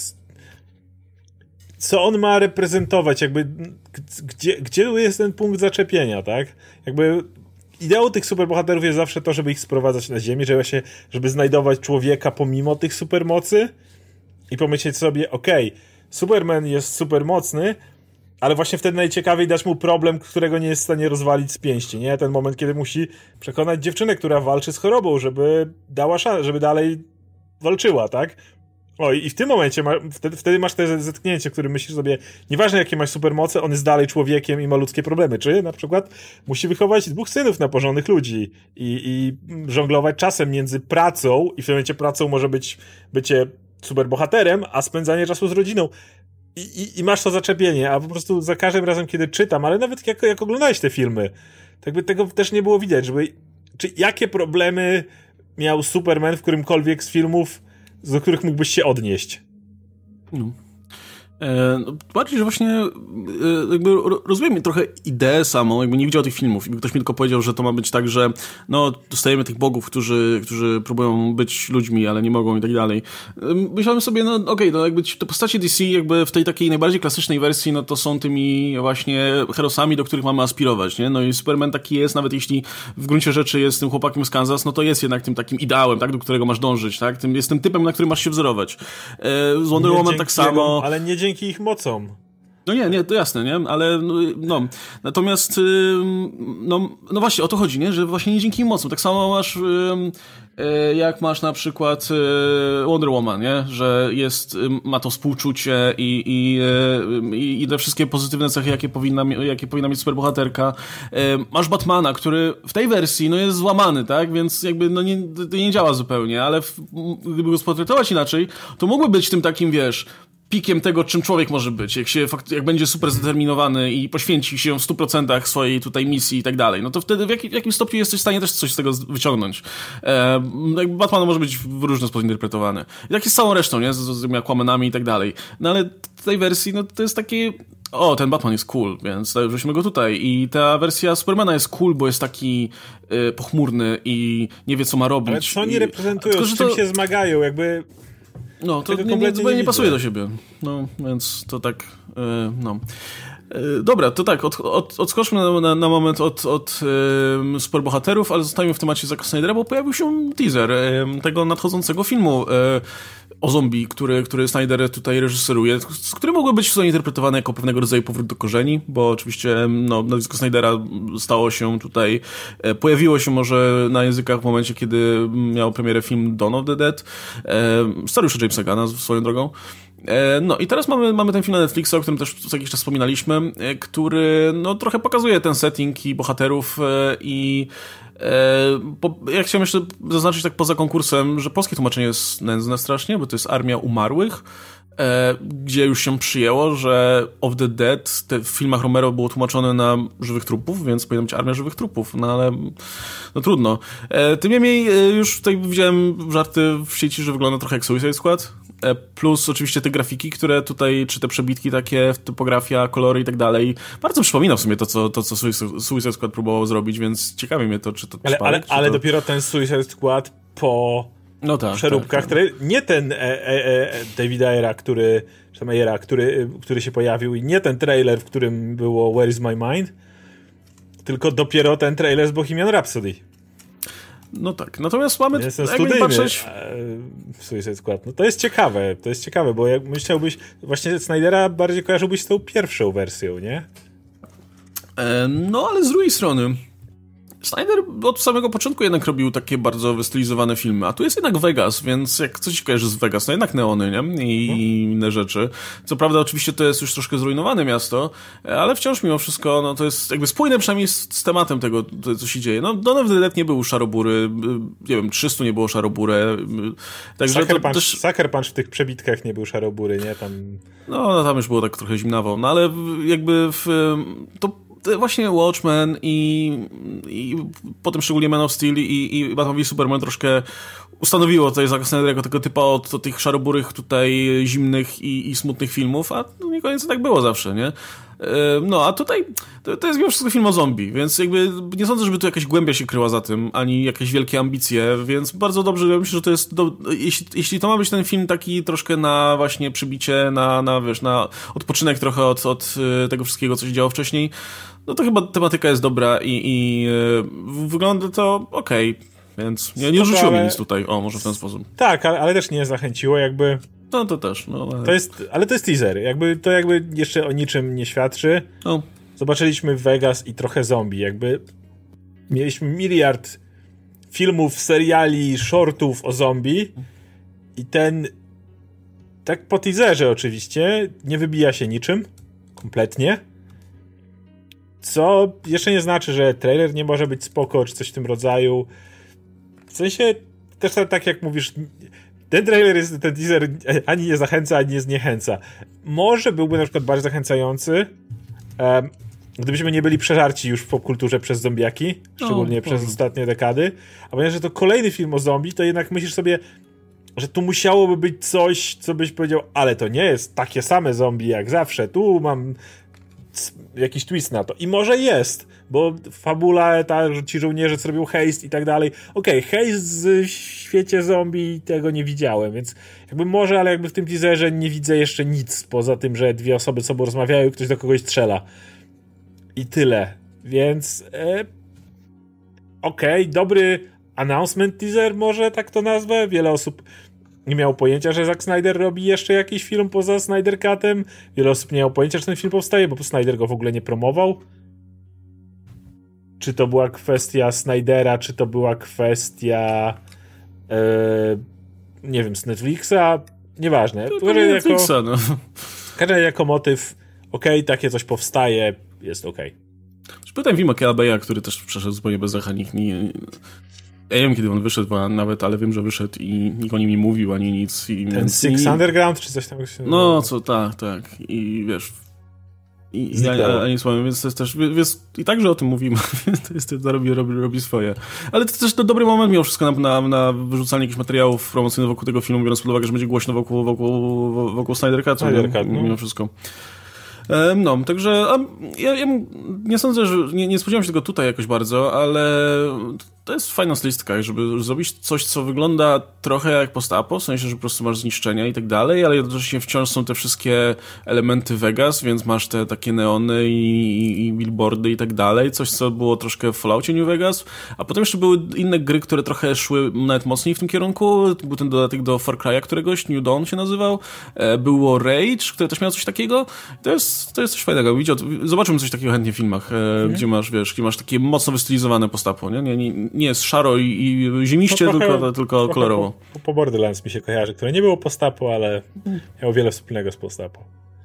co on ma reprezentować, jakby gdzie jest ten punkt zaczepienia, tak? Jakby ideą tych superbohaterów jest zawsze to, żeby ich sprowadzać na ziemię, żeby znajdować człowieka pomimo tych supermocy i pomyśleć sobie, Superman jest supermocny, ale właśnie wtedy najciekawiej dać mu problem, którego nie jest w stanie rozwalić z pięści, nie? Ten moment, kiedy musi przekonać dziewczynę, która walczy z chorobą, żeby dała szansę, żeby dalej walczyła, tak? I w tym momencie wtedy masz te zetknięcie, w którym myślisz sobie, nieważne jakie masz supermoce, on jest dalej człowiekiem i ma ludzkie problemy. Czy na przykład musi wychować 2 synów na porządnych ludzi i żonglować czasem między pracą, i w tym momencie pracą może być bycie superbohaterem, a spędzanie czasu z rodziną. I masz to zaczepienie, a po prostu za każdym razem, kiedy czytam, ale nawet jak oglądałeś te filmy, tak jakby tego też nie było widać, czy jakie problemy miał Superman w którymkolwiek z filmów, do których mógłbyś się odnieść? No. Bardziej, że właśnie jakby rozumiem trochę ideę samą, jakby nie widział tych filmów i ktoś mi tylko powiedział, że to ma być tak, że no dostajemy tych bogów, którzy próbują być ludźmi, ale nie mogą i tak dalej. Myślałem sobie, no okej, no jakby te postacie DC jakby w tej takiej najbardziej klasycznej wersji, no to są tymi właśnie herosami, do których mamy aspirować, nie? No i Superman taki jest, nawet jeśli w gruncie rzeczy jest tym chłopakiem z Kansas, no to jest jednak tym takim ideałem, tak, do którego masz dążyć, tak? Jest tym typem, na którym masz się wzorować. Z Wonder Woman tak samo. Ale nie dzięki ich mocom. No nie, to jasne, nie? Ale no, natomiast no właśnie o to chodzi, nie? Że właśnie nie dzięki im mocom. Tak samo masz jak masz na przykład Wonder Woman, nie? Że ma to współczucie i te wszystkie pozytywne cechy, jakie powinna mieć superbohaterka. Masz Batmana, który w tej wersji no jest złamany, tak? Więc jakby no to nie działa zupełnie, ale gdyby go sportretować inaczej, to mógłby być tym takim, wiesz, pikiem tego, czym człowiek może być, jak będzie super zdeterminowany i poświęci się w 100% swojej tutaj misji i tak dalej, no to wtedy w jakim stopniu jesteś w stanie też coś z tego wyciągnąć. Batman może być w różny sposób interpretowany. I tak jest z całą resztą, nie? Z Aquamanami i tak dalej. No ale w tej wersji, no to jest taki... ten Batman jest cool, więc weźmy go tutaj. I ta wersja Supermana jest cool, bo jest taki pochmurny i nie wie, co ma robić. Ale co oni reprezentują, z czym się zmagają, jakby... No, to nie pasuje do siebie. No, więc to tak, no. Dobra, to tak, odskoczmy na moment od superbohaterów, ale zostańmy w temacie Zacka Snydera, bo pojawił się teaser tego nadchodzącego filmu o zombie, który Snyder tutaj reżyseruje, który mógłby być w sumie interpretowany jako pewnego rodzaju powrót do korzeni, bo oczywiście nazwisko Snydera pojawiło się może na językach w momencie, kiedy miał premierę film Dawn of the Dead, scenariusza Jamesa Gunna swoją drogą. No i teraz mamy ten film na Netflixa, o którym też co jakiś czas wspominaliśmy, który no trochę pokazuje ten setting i bohaterów ja chciałem jeszcze zaznaczyć tak poza konkursem, że polskie tłumaczenie jest nędzne strasznie, bo to jest Armia Umarłych, gdzie już się przyjęło, że Of the Dead w filmach Romero było tłumaczone na żywych trupów, więc powinna być Armia Żywych Trupów, no ale no trudno. Tym niemniej już tutaj widziałem żarty w sieci, że wygląda trochę jak Suicide Squad, plus oczywiście te grafiki, które tutaj, czy te przebitki takie, typografia, kolory i tak dalej, bardzo przypomina w sumie to, co Suicide Squad próbował zrobić, więc ciekawi mnie to, czy to przypadek, ale dopiero ten Suicide Squad po przeróbkach, które nie ten Davida Ayera, który się pojawił i nie ten trailer, w którym było Where is my mind, tylko dopiero ten trailer z Bohemian Rhapsody. No tak, natomiast mamy... Jestem studyjny patrzeć... Suicide Squad. No to jest ciekawe, bo jak myślałbyś, właśnie Snydera bardziej kojarzyłbyś z tą pierwszą wersją, nie? No ale z drugiej strony Snyder od samego początku jednak robił takie bardzo wystylizowane filmy, a tu jest jednak Vegas, więc jak coś kojarzy z Vegas, to jednak neony, nie? I inne rzeczy. Co prawda oczywiście to jest już troszkę zrujnowane miasto, ale wciąż mimo wszystko, no to jest jakby spójne przynajmniej z tematem tego, co się dzieje. No Dawn of the Dead nie był szarobury, nie wiem, 300 nie było szaroburę, także Sucker Punch w tych przebitkach nie był szarobury, nie? Tam już było tak trochę zimnawo, no ale jakby właśnie Watchmen i potem szczególnie Man of Steel i Batman v Superman troszkę ustanowiło tutaj Zacka Snydera jako tego typa od tych szaroburych tutaj zimnych i smutnych filmów, a niekoniecznie tak było zawsze, nie? No, a tutaj to jest mimo wszystko film o zombie, więc jakby nie sądzę, żeby tu jakaś głębia się kryła za tym, ani jakieś wielkie ambicje, więc bardzo dobrze, ja myślę, że to jest jeśli to ma być ten film taki troszkę na właśnie przybicie, na odpoczynek trochę od tego wszystkiego, co się działo wcześniej, no to chyba tematyka jest dobra i wygląda to okej. Więc nie rzuciło mi nic tutaj, może w ten sposób. Tak, ale też nie zachęciło, jakby... No to też, no. Ale to jest teaser, to jeszcze o niczym nie świadczy. No. Zobaczyliśmy Vegas i trochę zombie, mieliśmy miliard filmów, seriali, shortów o zombie i tak po teaserze oczywiście, nie wybija się niczym, kompletnie. Co jeszcze nie znaczy, że trailer nie może być spoko, czy coś w tym rodzaju. W sensie, też tak jak mówisz, ten teaser ani nie zachęca, ani nie zniechęca. Może byłby na przykład bardziej zachęcający, gdybyśmy nie byli przeżarci już w popkulturze przez zombiaki, szczególnie przez ostatnie dekady, a ponieważ że to kolejny film o zombie, to jednak myślisz sobie, że tu musiałoby być coś, co byś powiedział, ale to nie jest takie same zombie jak zawsze, tu mam jakiś twist na to. I może jest, bo fabula, że ci żołnierze zrobią hejst i tak dalej. Okej, hejst w świecie zombie tego nie widziałem, więc jakby może, ale jakby w tym teaserze nie widzę jeszcze nic, poza tym, że dwie osoby sobą rozmawiają i ktoś do kogoś strzela. I tyle. Więc dobry announcement teaser, może tak to nazwę. Wiele osób nie miało pojęcia, że Zack Snyder robi jeszcze jakiś film poza Snyder Cutem. Wiele osób nie miało pojęcia, że ten film powstaje, bo Snyder go w ogóle nie promował. Czy to była kwestia Snydera, czy to była kwestia nie wiem, z Netflixa? Nieważne. To Netflixa, Każdy jako motyw, takie coś powstaje, jest Pytam film Michaela Baya, który też przeszedł zupełnie bez echa. Ja nie wiem, kiedy on wyszedł nawet, ale wiem, że wyszedł i nikt o nim nie mówił, ani nic. Ten Six Underground, czy coś tam się no, tak. I wiesz... Ja nie słowem, więc to jest też... I także o tym mówimy. To jest robi swoje. Ale to też dobry moment miał wszystko na wyrzucanie jakichś materiałów promocyjnych wokół tego filmu, biorąc pod uwagę, że będzie głośno wokół Snyder Cutu. Mimo wszystko. No, także ja nie sądzę, że nie spodziewam się tego tutaj jakoś bardzo, ale to jest fajna stylistyka, żeby zrobić coś, co wygląda trochę jak post-apo, w sensie, że po prostu masz zniszczenia i tak dalej, ale jednocześnie wciąż są te wszystkie elementy Vegas, więc masz te takie neony i billboardy i tak dalej, coś, co było troszkę w Falloutie New Vegas, a potem jeszcze były inne gry, które trochę szły nawet mocniej w tym kierunku. Był ten dodatek do Far Cry'a któregoś, New Dawn się nazywał, było Rage, które też miało coś takiego. To jest coś fajnego. Zobaczymy coś takiego chętnie w filmach, gdzie masz takie mocno wystylizowane post-apo, nie jest szaro i ziemiście, tylko kolorowo. Po Borderlands mi się kojarzy, które nie było post-apo, ale miało wiele wspólnego z post-apo.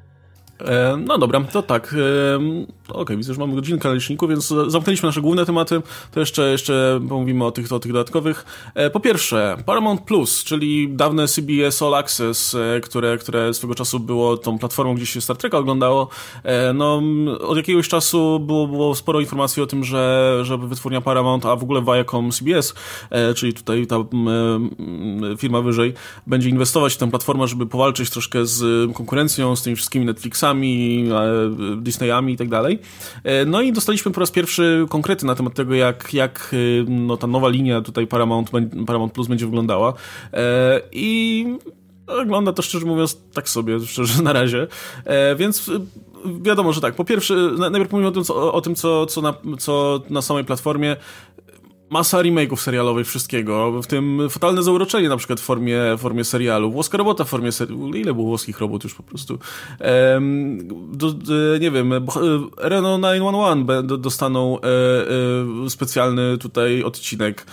No dobra, to tak. Okej, widzę, że mamy godzinkę na liczniku, więc zamknęliśmy nasze główne tematy. To jeszcze pomówimy o tych dodatkowych. Po pierwsze, Paramount Plus, czyli dawne CBS All Access, które swego czasu było tą platformą, gdzie się Star Treka oglądało. No, od jakiegoś czasu było sporo informacji o tym, że wytwórnia Paramount, a w ogóle Viacom CBS, czyli tutaj ta firma wyżej, będzie inwestować w tę platformę, żeby powalczyć troszkę z konkurencją, z tymi wszystkimi Netflixami, Disneyami i tak dalej. No i dostaliśmy po raz pierwszy konkrety na temat tego, jak ta nowa linia tutaj Paramount Plus będzie wyglądała. I wygląda to, szczerze mówiąc, tak sobie, szczerze, na razie. Więc wiadomo, że tak. Po pierwsze, najpierw mówimy o tym, co na samej platformie. Masa remake'ów serialowych, wszystkiego, w tym Fatalne Zauroczenie na przykład w formie serialu, Włoska Robota w formie serialu, ile było włoskich robot już po prostu, nie wiem, Reno 911 dostaną specjalny tutaj odcinek,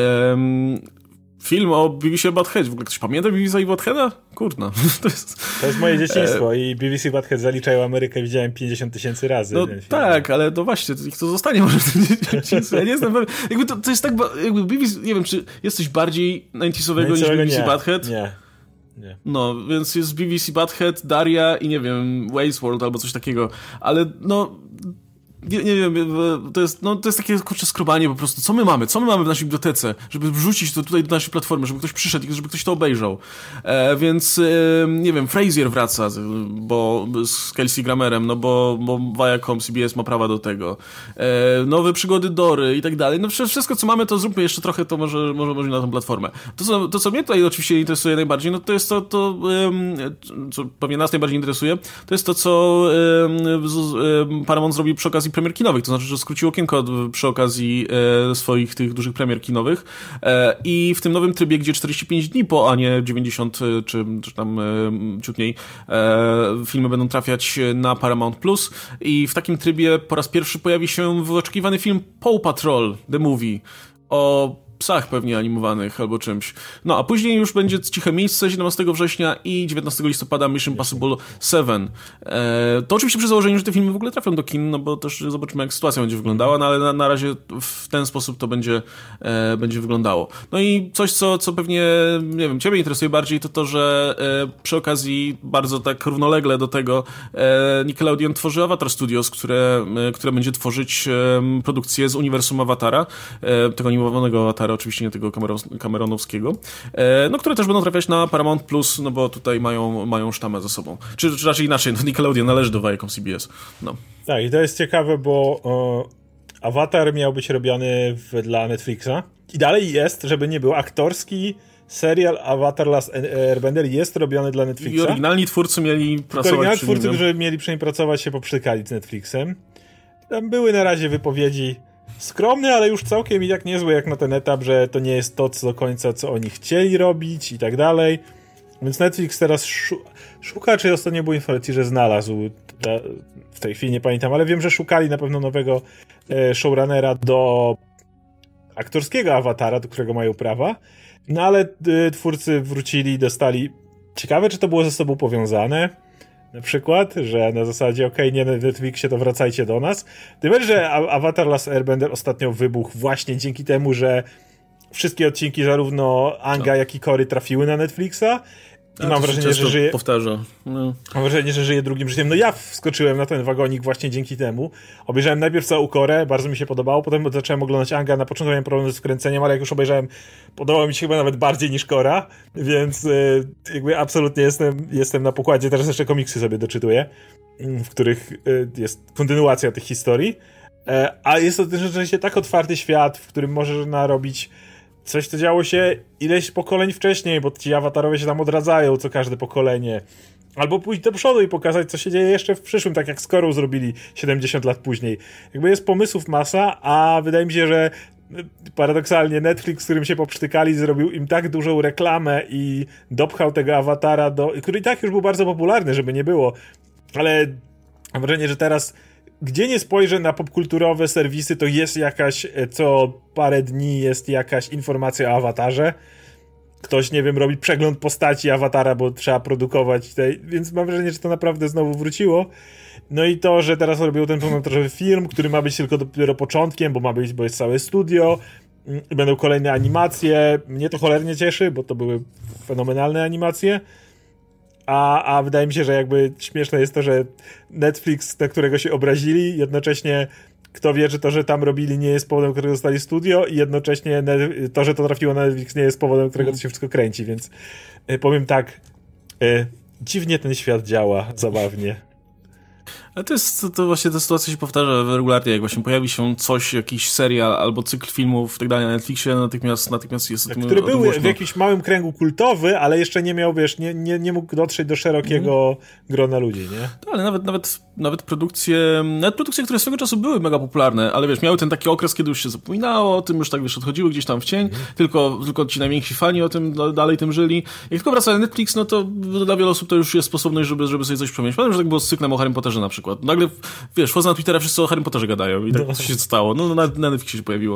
film o BBC Butthead. W ogóle ktoś pamięta BBC i Buttheada? Kurna. To jest moje dzieciństwo i BBC Butthead zaliczają Amerykę, widziałem 50 000 razy. No tak, ale to właśnie, to zostanie może w tym dzieciństwie. Ja nie znam, jakby to jest tak, jakby BBC, nie wiem, czy jest coś bardziej 90-owego niż BBC Butthead? Nie. No, więc jest BBC Butthead, Daria i nie wiem, Wasteworld albo coś takiego, ale no... Nie wiem, to jest takie kurczę skrobanie po prostu. Co my mamy w naszej bibliotece, żeby wrzucić to tutaj do naszej platformy, żeby ktoś przyszedł i żeby ktoś to obejrzał. Więc nie wiem, Frasier wraca, bo z Kelsey Grammerem, no bo Viacom CBS ma prawa do tego. Nowe przygody Dory i tak dalej. No wszystko, co mamy, to zróbmy jeszcze trochę, to może na tę platformę. To co mnie tutaj oczywiście interesuje najbardziej, no to jest to co pewnie nas najbardziej interesuje, to jest to, co Paramount zrobił przy okazji premier kinowych, to znaczy, że skrócił okienko przy okazji swoich tych dużych premier kinowych i w tym nowym trybie, gdzie 45 dni po, a nie 90 czy tam ciut mniej, filmy będą trafiać na Paramount Plus i w takim trybie po raz pierwszy pojawi się wyczekiwany film Paw Patrol, The Movie, o psach pewnie animowanych albo czymś. No, a później już będzie Ciche Miejsce 17 września i 19 listopada Mission Impossible 7. To oczywiście przy założeniu, że te filmy w ogóle trafią do kin, no bo też zobaczymy, jak sytuacja będzie wyglądała, no ale na razie w ten sposób to będzie wyglądało. No i coś, co pewnie, nie wiem, ciebie interesuje bardziej, to, że przy okazji bardzo tak równolegle do tego Nickelodeon tworzy Avatar Studios, które będzie tworzyć produkcję z uniwersum Awatara, tego animowanego Awatara, oczywiście nie tego Cameronowskiego, no które też będą trafiać na Paramount Plus, no bo tutaj mają sztamę ze sobą. Czy raczej inaczej, no Nickelodeon należy do Viacom CBS. No. Tak, i to jest ciekawe, bo Avatar miał być robiony dla Netflixa i dalej jest, żeby nie było, aktorski serial Avatar Last Airbender jest robiony dla Netflixa. I oryginalni twórcy mieli pracować. Oryginalni twórcy, którzy mieli przy nim pracować, się poprztykali z Netflixem. Tam były na razie wypowiedzi skromne, ale już całkiem i tak niezłe jak na ten etap, że to nie jest to do końca, co oni chcieli robić i tak dalej. Więc Netflix teraz szuka, czy ostatnio było informacji, że znalazł, w tej chwili nie pamiętam, ale wiem, że szukali na pewno nowego showrunnera do aktorskiego Awatara, do którego mają prawa. No ale twórcy wrócili, dostali... Ciekawe, czy to było ze sobą powiązane, na przykład, że na zasadzie nie na Netflixie, to wracajcie do nas. Tym bardziej, że Avatar Last Airbender ostatnio wybuchł właśnie dzięki temu, że wszystkie odcinki zarówno Anga, jak i Korry trafiły na Netflixa. I mam wrażenie, że żyje... powtarza. No. Mam wrażenie, że żyje drugim życiem. No ja wskoczyłem na ten wagonik właśnie dzięki temu. Obejrzałem najpierw całą Korę, bardzo mi się podobało, potem zacząłem oglądać Anga, na początku miałem problem z wkręceniem, ale jak już obejrzałem, podobało mi się chyba nawet bardziej niż Kora, więc jakby absolutnie jestem na pokładzie. Teraz jeszcze komiksy sobie doczytuję, w których jest kontynuacja tych historii. A jest to też rzeczywiście tak otwarty świat, w którym możesz narobić coś, co działo się ileś pokoleń wcześniej, bo ci awatarowie się tam odradzają co każde pokolenie. Albo pójść do przodu i pokazać, co się dzieje jeszcze w przyszłym, tak jak z Korą zrobili 70 lat później. Jakby jest pomysłów masa, a wydaje mi się, że paradoksalnie Netflix, z którym się poprztykali, zrobił im tak dużą reklamę i dopchał tego awatara, który i tak już był bardzo popularny, żeby nie było. Ale mam wrażenie, że teraz gdzie nie spojrzę na popkulturowe serwisy, to jest jakaś, co parę dni jest jakaś informacja o awatarze. Ktoś, nie wiem, robi przegląd postaci awatara, bo trzeba produkować więc mam wrażenie, że to naprawdę znowu wróciło. No i to, że teraz robią ten pełnometrażowy film, który ma być tylko dopiero początkiem, bo jest całe studio, będą kolejne animacje. Mnie to cholernie cieszy, bo to były fenomenalne animacje. A wydaje mi się, że jakby śmieszne jest to, że Netflix, na którego się obrazili, jednocześnie kto wie, że to, że tam robili, nie jest powodem, którego dostali studio, i jednocześnie to, że to trafiło na Netflix, nie jest powodem, którego to się wszystko kręci, więc powiem tak, dziwnie ten świat działa, zabawnie. Ale to właśnie ta sytuacja się powtarza regularnie, jak właśnie pojawi się coś, jakiś serial albo cykl filmów i tak dalej na Netflixie, natychmiast jest o tym, który był w jakimś małym kręgu kultowy, ale jeszcze nie miał, wiesz, nie mógł dotrzeć do szerokiego grona ludzi, nie? Ale nawet produkcje, które swego czasu były mega popularne, ale wiesz, miały ten taki okres, kiedy już się zapominało o tym, już tak, wiesz, odchodziły gdzieś tam w cień, tylko ci najwięksi fani o tym dalej tym żyli. Jak tylko wraca na Netflix, no to dla wielu osób to już jest sposobność, żeby sobie coś przemyśleć. Pamiętam, że tak było z cyklem o Harrym Potterze na przykład. Nagle, wiesz, wchodzę na Twittera, wszyscy o Harrym Potterze gadają i tak coś się stało. No na Netflixie się pojawiło.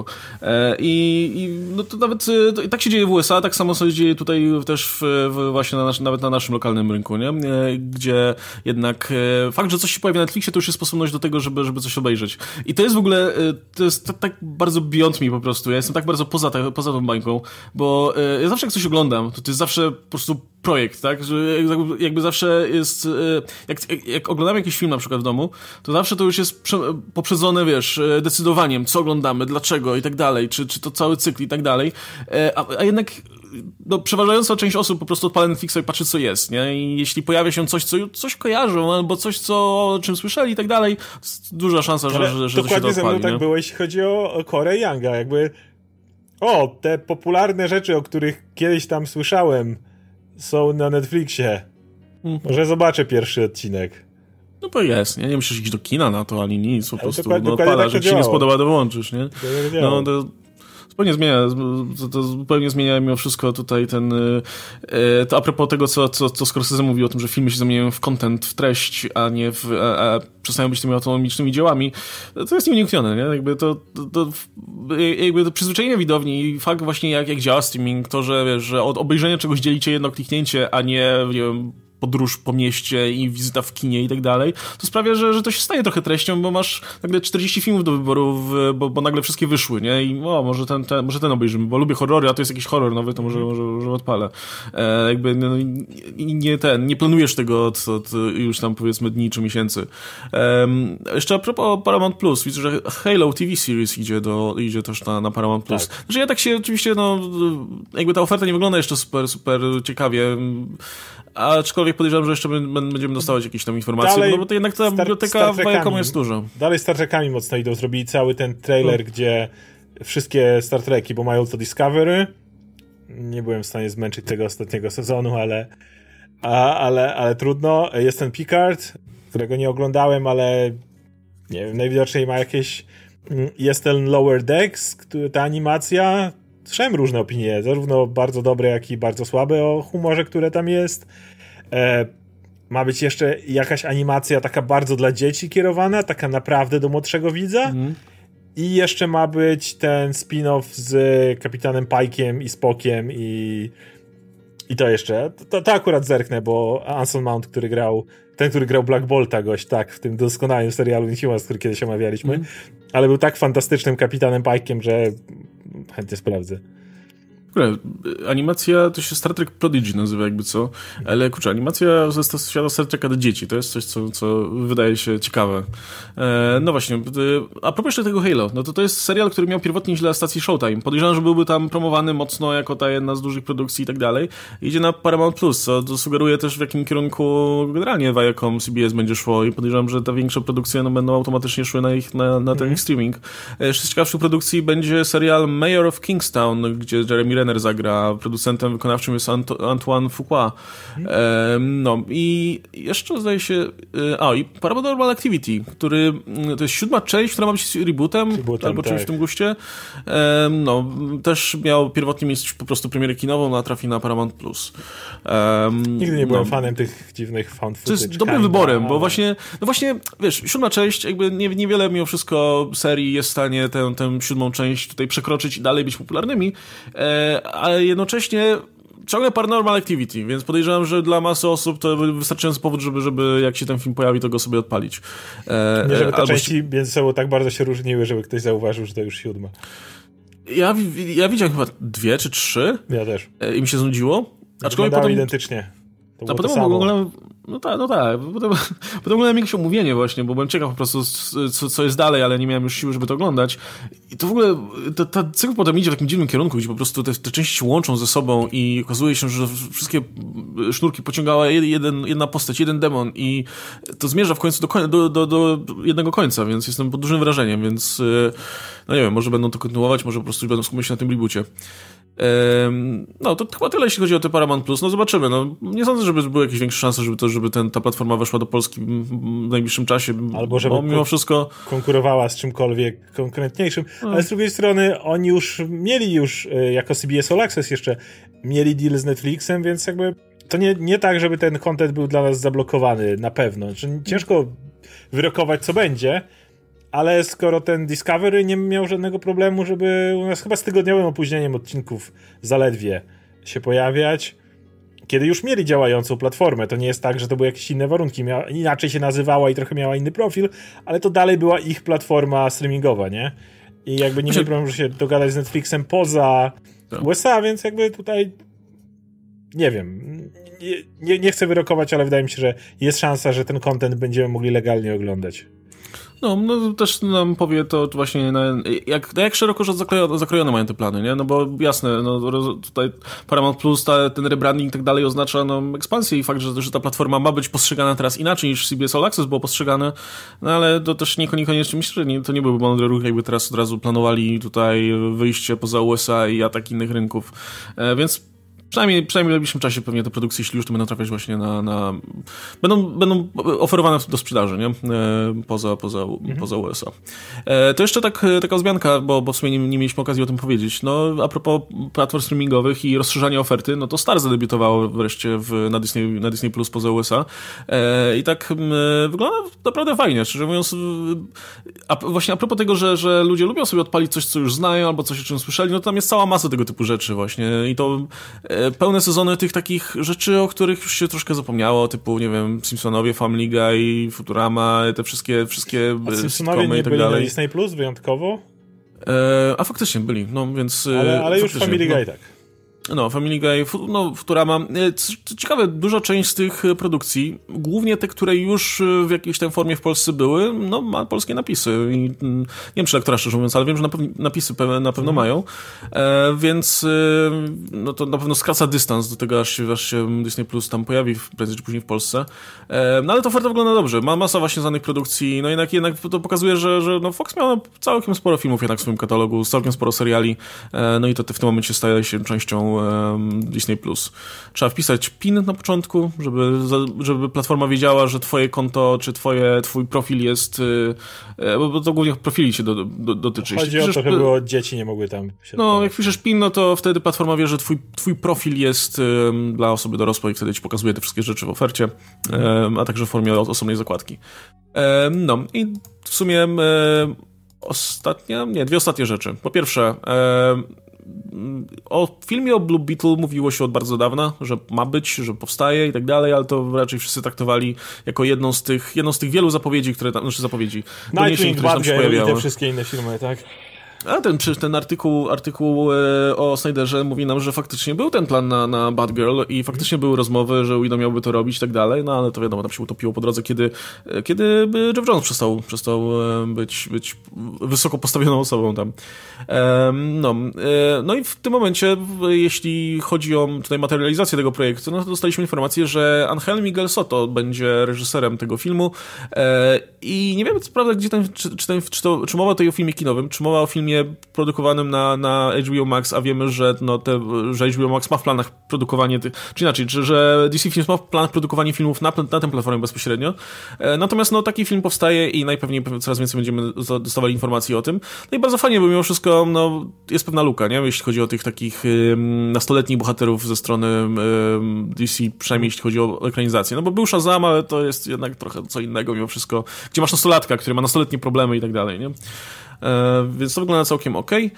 No to nawet i tak się dzieje w USA, tak samo się dzieje tutaj też właśnie nawet na naszym lokalnym rynku, nie? Gdzie jednak fakt, że coś się pojawia na Netflixie, to już jest sposobność do tego, żeby coś obejrzeć. I to jest w ogóle, to jest tak bardzo beyond me po prostu. Ja jestem tak bardzo poza tą bańką, bo ja zawsze jak coś oglądam, to jest zawsze po prostu projekt, tak? Że jakby zawsze jest, jak oglądamy jakiś film na przykład w domu, to zawsze to już jest poprzedzone, wiesz, decydowaniem, co oglądamy, dlaczego i tak dalej, czy to cały cykl i tak dalej, a jednak no, przeważająca część osób po prostu odpala Netflixa i patrzy, co jest, nie? I jeśli pojawia się coś kojarzą, albo coś, o czym słyszeli i tak dalej, to jest duża szansa, że to się to odpali. Dokładnie ze mną tak było, jeśli chodzi o Korę i Anga, jakby te popularne rzeczy, o których kiedyś tam słyszałem, są na Netflixie. Może zobaczę pierwszy odcinek. No bo jest, nie musisz iść do kina na to, ani nic, po prostu odpalasz, jak ci się nie spodoba, to włączysz, nie? To zupełnie zmienia mimo wszystko tutaj to a propos tego, co Scorsese mówił o tym, że filmy się zamieniają w content, w treść, a nie a przestają być tymi autonomicznymi dziełami, to jest nieuniknione, nie? Jakby to przyzwyczajenie widowni i fakt właśnie jak działa streaming, to, że wiesz, że od obejrzenia czegoś dzielicie jedno kliknięcie, a nie wiem, podróż po mieście i wizyta w kinie i tak dalej, to sprawia, że to się staje trochę treścią, bo masz nagle 40 filmów do wyboru, bo nagle wszystkie wyszły, nie? I może ten obejrzymy, bo lubię horrory, a to jest jakiś horror nowy, to może odpalę. Nie planujesz tego od już tam powiedzmy dni czy miesięcy. Jeszcze a propos Paramount Plus, widzę, że Halo TV Series idzie też na Paramount Plus. Tak. Znaczy ja tak się oczywiście, jakby ta oferta nie wygląda jeszcze super ciekawie, aczkolwiek podejrzewam, że jeszcze będziemy dostawać jakieś tam informacje, dalej, bo to jednak ta biblioteka Viacomu jest duża. Dalej Star Trekami mocno idą. Zrobili cały ten trailer, gdzie wszystkie Star Treki, bo mają to Discovery. Nie byłem w stanie zmęczyć tego ostatniego sezonu, ale trudno. Jest ten Picard, którego nie oglądałem, ale nie wiem, najwidoczniej ma jakieś... Jest ten Lower Decks, ta animacja... Słyszałem różne opinie, zarówno bardzo dobre, jak i bardzo słabe o humorze, które tam jest. Ma być jeszcze jakaś animacja taka bardzo dla dzieci kierowana, taka naprawdę do młodszego widza. I jeszcze ma być ten spin-off z Kapitanem Pike'iem i Spockiem i to jeszcze. To akurat zerknę, bo Anson Mount, który grał Black Bolta, w tym doskonałym serialu Inhumans, który kiedyś omawialiśmy, ale był tak fantastycznym Kapitanem Pike'iem, że chętnie sprawdzę. Animacja to się Star Trek Prodigy nazywa jakby co, ale kurczę, animacja ze świata Star Treka do dzieci, to jest coś, co wydaje się ciekawe. No właśnie, a propos jeszcze tego Halo, no to jest serial, który miał pierwotnie iść dla stacji Showtime. Podejrzewam, że byłby tam promowany mocno jako ta jedna z dużych produkcji i tak dalej. Idzie na Paramount Plus, co sugeruje też w jakim kierunku generalnie Viacom, CBS będzie szło i podejrzewam, że te większe produkcje będą automatycznie szły na ten ich streaming. Jeszcze z ciekawszych produkcji będzie serial Mayor of Kingstown, gdzie Jeremy Renner zagra, producentem wykonawczym jest Antoine Fuqua. No i jeszcze zdaje się i Paranormal Activity, który to jest 7. część, która ma być rebootem albo czymś w tym guście. Też miał pierwotnie mieć po prostu premierę kinową, a trafi na Paramount Plus. Nigdy nie byłem fanem tych dziwnych found footage. To jest dobrym wyborem, bo właśnie, wiesz, 7. część, jakby niewiele mimo wszystko serii jest w stanie tę 7. część tutaj przekroczyć i dalej być popularnymi, ale jednocześnie ciągle Paranormal Activity, więc podejrzewam, że dla masy osób to wystarczający powód, żeby jak się ten film pojawi, to go sobie odpalić. Nie, żeby te części między sobą tak bardzo się różniły, żeby ktoś zauważył, że to już 7. Ja widziałem chyba 2 czy 3. Ja też. I mi się znudziło. Aczkolwiek potem identycznie. A potem oglądałem, potem oglądałem jakieś omówienie właśnie, bo byłem ciekaw po prostu co jest dalej, ale nie miałem już siły, żeby to oglądać. I to w ogóle, ta cykl potem idzie w takim dziwnym kierunku, gdzie po prostu te części się łączą ze sobą i okazuje się, że wszystkie sznurki pociągała jedna postać, jeden demon i to zmierza w końcu do jednego końca, więc jestem pod dużym wrażeniem, więc no nie wiem, może będą to kontynuować, może po prostu będą skupiać się na tym reboocie. No to chyba tyle, jeśli chodzi o te Paramount Plus. No zobaczymy. No, nie sądzę, żeby były jakieś większe szanse, żeby ta platforma weszła do Polski w najbliższym czasie. Albo żeby mimo wszystko konkurowała z czymkolwiek konkretniejszym. Ale z drugiej strony oni już mieli jako CBS All Access jeszcze mieli deal z Netflixem, więc jakby to nie tak, żeby ten content był dla nas zablokowany na pewno. Znaczy, ciężko wyrokować, co będzie, ale skoro ten Discovery nie miał żadnego problemu, żeby u nas chyba z tygodniowym opóźnieniem odcinków zaledwie się pojawiać, kiedy już mieli działającą platformę, to nie jest tak, że to były jakieś inne warunki, inaczej się nazywała i trochę miała inny profil, ale to dalej była ich platforma streamingowa, nie? I jakby nie mieli problemu, że się dogadać z Netflixem poza USA, więc jakby tutaj nie wiem, nie chcę wyrokować, ale wydaje mi się, że jest szansa, że ten content będziemy mogli legalnie oglądać. No też nam powie to właśnie, jak szeroko zakrojone mają te plany, nie? No bo jasne, tutaj Paramount Plus, ten rebranding i tak dalej oznacza ekspansję i fakt, że ta platforma ma być postrzegana teraz inaczej niż CBS All Access było postrzegane, no ale to też niekoniecznie myślę, że to nie byłby mądry ruch, jakby teraz od razu planowali tutaj wyjście poza USA i atak innych rynków, więc Przynajmniej w najbliższym czasie pewnie te produkcje, jeśli już, to będą trafiać właśnie będą oferowane do sprzedaży, nie? Poza USA. To jeszcze taka wzmianka, bo w sumie nie mieliśmy okazji o tym powiedzieć. No, a propos platform streamingowych i rozszerzania oferty, no to Star zadebiutowało wreszcie na Disney Plus poza USA. I tak wygląda naprawdę fajnie, szczerze mówiąc. Właśnie a propos tego, że ludzie lubią sobie odpalić coś, co już znają, albo coś, o czym słyszeli, no to tam jest cała masa tego typu rzeczy właśnie. I to pełne sezony tych takich rzeczy, o których już się troszkę zapomniało, typu, nie wiem, Simpsonowie, Family Guy, Futurama, te wszystkie Simpsonowie nie i tak byli dalej. na Disney Plus wyjątkowo? A faktycznie byli, no więc... Ale już Family Guy tak. No, Family Guy, Futurama. Ciekawe, duża część z tych produkcji, głównie te, które już w jakiejś tam formie w Polsce były, no ma polskie napisy. I nie wiem, czy lektora, szczerze mówiąc, ale wiem, że napisy na pewno mają. Więc no to na pewno skraca dystans do tego, aż się Disney Plus tam pojawi prędzej czy później w Polsce. No ale to oferta wygląda dobrze. Ma masa właśnie znanych produkcji. No jednak to pokazuje, że no Fox miał całkiem sporo filmów jednak w swoim katalogu, całkiem sporo seriali. No i to w tym momencie staje się częścią Disney Plus. Trzeba wpisać PIN na początku, żeby platforma wiedziała, że twoje konto, czy twój profil jest, bo to głównie profili się dotyczy. Chodzi o to, żeby dzieci nie mogły tam się... No, jak piszesz PIN, no to wtedy platforma wie, że twój profil jest dla osoby dorosłej, wtedy ci pokazuje te wszystkie rzeczy w ofercie, a także w formie osobnej zakładki. No i w sumie dwie ostatnie rzeczy. Po pierwsze, o filmie o Blue Beetle mówiło się od bardzo dawna, że ma być, że powstaje i tak dalej, ale to raczej wszyscy traktowali jako jedną z tych wielu zapowiedzi, które tam, zapowiedzi, Nightwing, Batgirl i te wszystkie inne filmy, tak? A ten artykuł o Snyderze mówi nam, że faktycznie był ten plan na Batgirl i faktycznie były rozmowy, że Whedon miałby to robić i tak dalej, no ale to wiadomo, tam się utopiło po drodze, kiedy Jeff Jones przestał być wysoko postawioną osobą tam. No i w tym momencie, jeśli chodzi o tutaj materializację tego projektu, no to dostaliśmy informację, że Angel Miguel Soto będzie reżyserem tego filmu i nie wiem co prawda, gdzie czy mowa tutaj o filmie kinowym, czy mowa o filmie produkowanym na HBO Max, a wiemy, że że HBO Max ma w planach produkowanie czy inaczej, że DC Films ma w planach produkowanie filmów na tę platformę bezpośrednio. Natomiast taki film powstaje i najpewniej coraz więcej będziemy dostawali informacji o tym. No i bardzo fajnie, bo mimo wszystko jest pewna luka, nie? Jeśli chodzi o tych takich nastoletnich bohaterów ze strony DC, przynajmniej jeśli chodzi o ekranizację. No bo był Shazam, ale to jest jednak trochę co innego mimo wszystko, gdzie masz nastolatka, który ma nastoletnie problemy i tak dalej, nie? Więc to wygląda całkiem okej.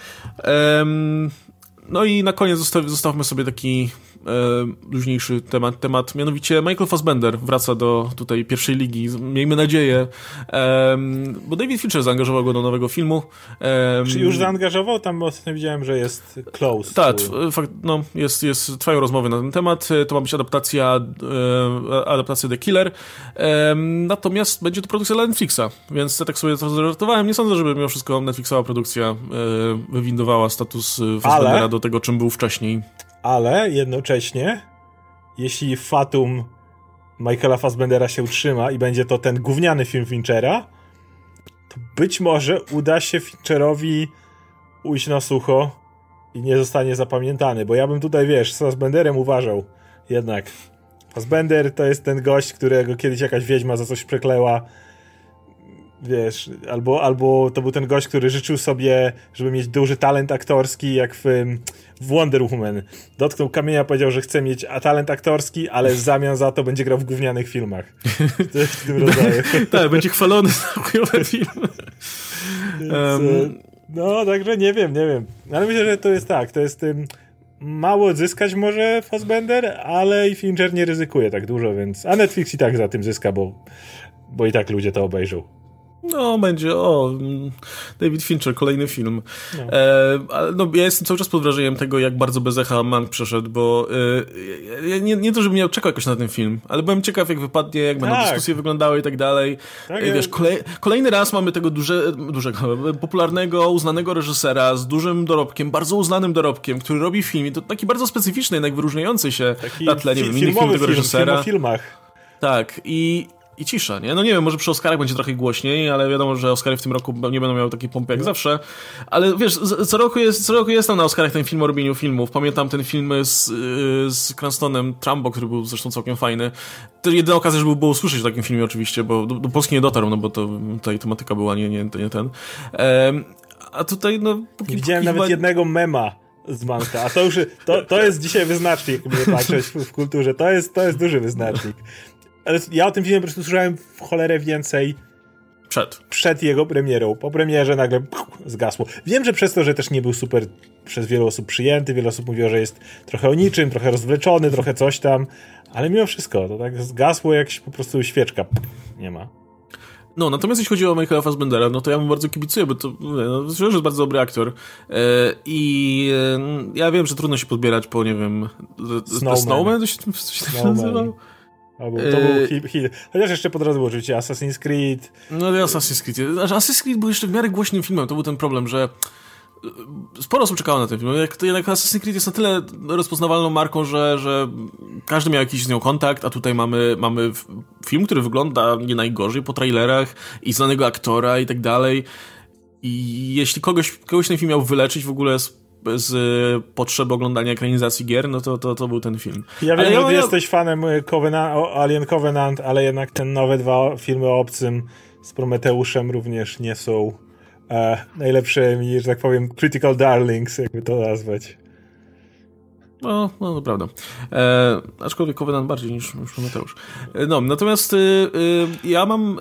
No i na koniec zostawmy sobie taki luźniejszy temat, mianowicie Michael Fassbender wraca do tutaj pierwszej ligi, miejmy nadzieję, bo David Fincher zaangażował go do nowego filmu. Czy już zaangażował? Tam ostatnio widziałem, że jest close. Tak, trwają rozmowy na ten temat, to ma być adaptacja The Killer, natomiast będzie to produkcja dla Netflixa, więc ja tak sobie to zażartowałem, nie sądzę, żeby mimo wszystko Netflixowa produkcja wywindowała status Fassbendera do tego, czym był wcześniej. Ale jednocześnie, jeśli fatum Michaela Fassbendera się utrzyma i będzie to ten gówniany film Finchera, to być może uda się Fincherowi ujść na sucho i nie zostanie zapamiętany, bo ja bym tutaj, z Fassbenderem uważał jednak. Fassbender to jest ten gość, którego kiedyś jakaś wiedźma za coś przekleła, albo to był ten gość, który życzył sobie, żeby mieć duży talent aktorski, jak w Wonder Woman. Dotknął kamienia, powiedział, że chce mieć talent aktorski, ale w zamian za to będzie grał w gównianych filmach. To jest w tym rodzaju. Tak, będzie chwalony za chujowe filmy. Także nie wiem. Ale myślę, że to jest tak, mało odzyskać może Fassbender, ale i Fincher nie ryzykuje tak dużo, więc... A Netflix i tak za tym zyska, bo i tak ludzie to obejrzą. No, będzie, David Fincher, kolejny film. Ja jestem cały czas pod wrażeniem tego, jak bardzo bez echa Mank przeszedł, bo nie to, żebym czekał jakoś na ten film, ale byłem ciekaw, jak wypadnie, jak będą dyskusje wyglądały i tak dalej. Tak, kolejny raz mamy tego dużego, popularnego, uznanego reżysera z dużym dorobkiem, bardzo uznanym dorobkiem, który robi film i to taki bardzo specyficzny, jednak wyróżniający się na tle, nie wiem, innych filmów tego reżysera. Film o filmach. Tak, i cisza, nie? No nie wiem, może przy Oscarach będzie trochę głośniej, ale wiadomo, że Oscary w tym roku nie będą miały takiej pompy jak zawsze. Ale wiesz, co roku jest tam na Oscarach ten film o robieniu filmów. Pamiętam ten film z Cranstonem, Trumbo, który był zresztą całkiem fajny. To jedyna okazja, żeby było usłyszeć o takim filmie oczywiście, bo do Polski nie dotarł, no bo to tutaj tematyka była nie ten. A tutaj, no... Widziałem nawet jednego mema z Manka, a to jest dzisiaj wyznacznik, jakby patrzeć w kulturze. To jest duży wyznacznik. Ale ja o tym filmie po prostu słyszałem w cholerę więcej przed jego premierą. Po premierze nagle zgasło. Wiem, że przez to, że też nie był super przez wielu osób przyjęty, wiele osób mówiło, że jest trochę o niczym, trochę rozwleczony, trochę coś tam, ale mimo wszystko, to tak zgasło jak po prostu świeczka. Nie ma. No, natomiast jeśli chodzi o Michaela Fassbendera, no to ja mu bardzo kibicuję, bo to że jest bardzo dobry aktor. I ja wiem, że trudno się podbierać po, nie wiem... Snowman? To się nazywał? To był hit. Chociaż jeszcze po drodze było oczywiście Assassin's Creed. No Assassin's Creed. Assassin's Creed był jeszcze w miarę głośnym filmem. To był ten problem, że sporo osób czekało na ten film. Jednak Assassin's Creed jest na tyle rozpoznawalną marką, że każdy miał jakiś z nią kontakt, a tutaj mamy film, który wygląda nie najgorzej po trailerach i znanego aktora i tak dalej. I jeśli kogoś ten film miał wyleczyć w ogóle z potrzeby oglądania ekranizacji gier, no to był ten film. Ja wiem, że ty jesteś fanem Alien Covenant, ale jednak te nowe 2 filmy o obcym z Prometeuszem również nie są najlepszymi, że tak powiem, critical darlings, jakby to nazwać. No, to prawda. Aczkolwiek Covenant bardziej niż Prometeusz. No, natomiast ja mam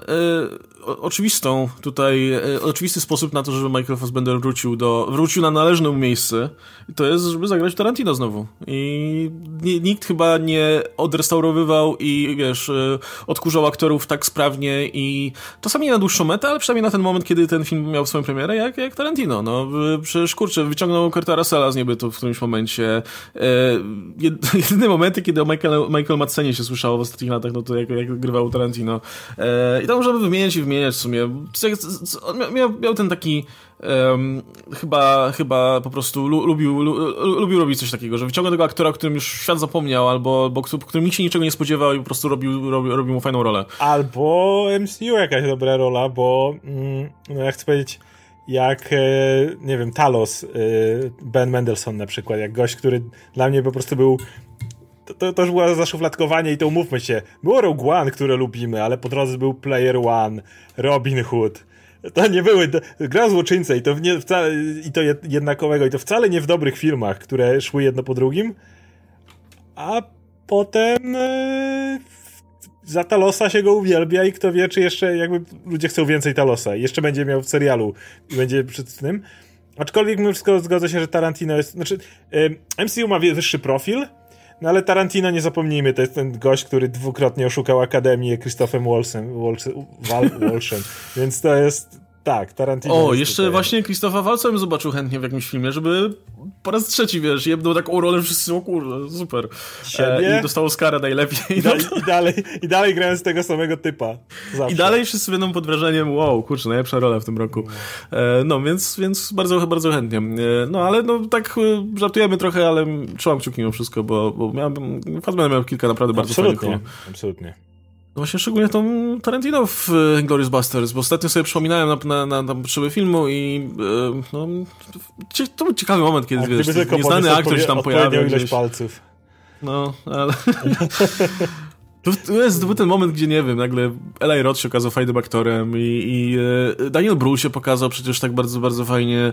oczywisty sposób na to, żeby Michael Fassbender wrócił na należne mu miejsce. I to jest, żeby zagrać Tarantino znowu. I nikt chyba nie odrestaurowywał i wiesz, odkurzał aktorów tak sprawnie i czasami nie na dłuższą metę, ale przynajmniej na ten moment, kiedy ten film miał swoją premierę, jak Tarantino. No, przecież kurczę, wyciągnął Kurta Russella z niebytu w którymś momencie. Jedyne momenty, kiedy o Michael Madsenie się słyszało w ostatnich latach, no to jak grywał Tarantino. I tam możemy wymieniać w sumie. Miał ten taki chyba po prostu lubił robić coś takiego, że wyciąga tego aktora, o którym już świat zapomniał, albo którym nikt się niczego nie spodziewał i po prostu robił mu fajną rolę. Albo MCU jakaś dobra rola, bo no ja chcę powiedzieć, jak, nie wiem, Talos, Ben Mendelsohn na przykład, jak gość, który dla mnie po prostu był... To już było zaszufladkowanie i to umówmy się. Było Rogue One, które lubimy, ale po drodze był Player One, Robin Hood. To nie były... Gra złoczyńca i to jednakowego i to wcale nie w dobrych filmach, które szły jedno po drugim. A potem za Talosa się go uwielbia i kto wie, czy jeszcze jakby ludzie chcą więcej Talosa. I jeszcze będzie miał w serialu i będzie przed tym. Aczkolwiek mimo wszystko zgodzę się, że Tarantino jest... Znaczy, MCU ma wyższy profil, no ale Tarantino, nie zapomnijmy, to jest ten gość, który 2-krotnie oszukał Akademię Christophem Walshem. Więc to jest... Tak, Tarantino. O, jeszcze tutaj. Właśnie Christopha Waltza bym zobaczył chętnie w jakimś filmie, żeby po raz trzeci, wiesz, jebnął taką rolę, wszyscy, o kurde, super. I dostał Oscara najlepiej. I dalej grając tego samego typa. Zawsze. I dalej wszyscy będą pod wrażeniem, wow, kurczę, najlepsza rola w tym roku. No, więc bardzo, bardzo chętnie. No, ale no tak żartujemy trochę, ale trzymam kciuki mimo wszystko, bo miał kilka naprawdę bardzo fajnych rol. Absolutnie. No właśnie, szczególnie tą Tarantino w Inglourious Basterds, bo ostatnio sobie przypominałem na potrzeby filmu i no, to był ciekawy moment, kiedy wiesz, nieznany aktor się tam pojawia. Ilość palców. No, ale... To był ten moment, gdzie nie wiem, nagle Eli Roth się okazał fajnym aktorem i Daniel Brühl się pokazał przecież tak bardzo, bardzo fajnie.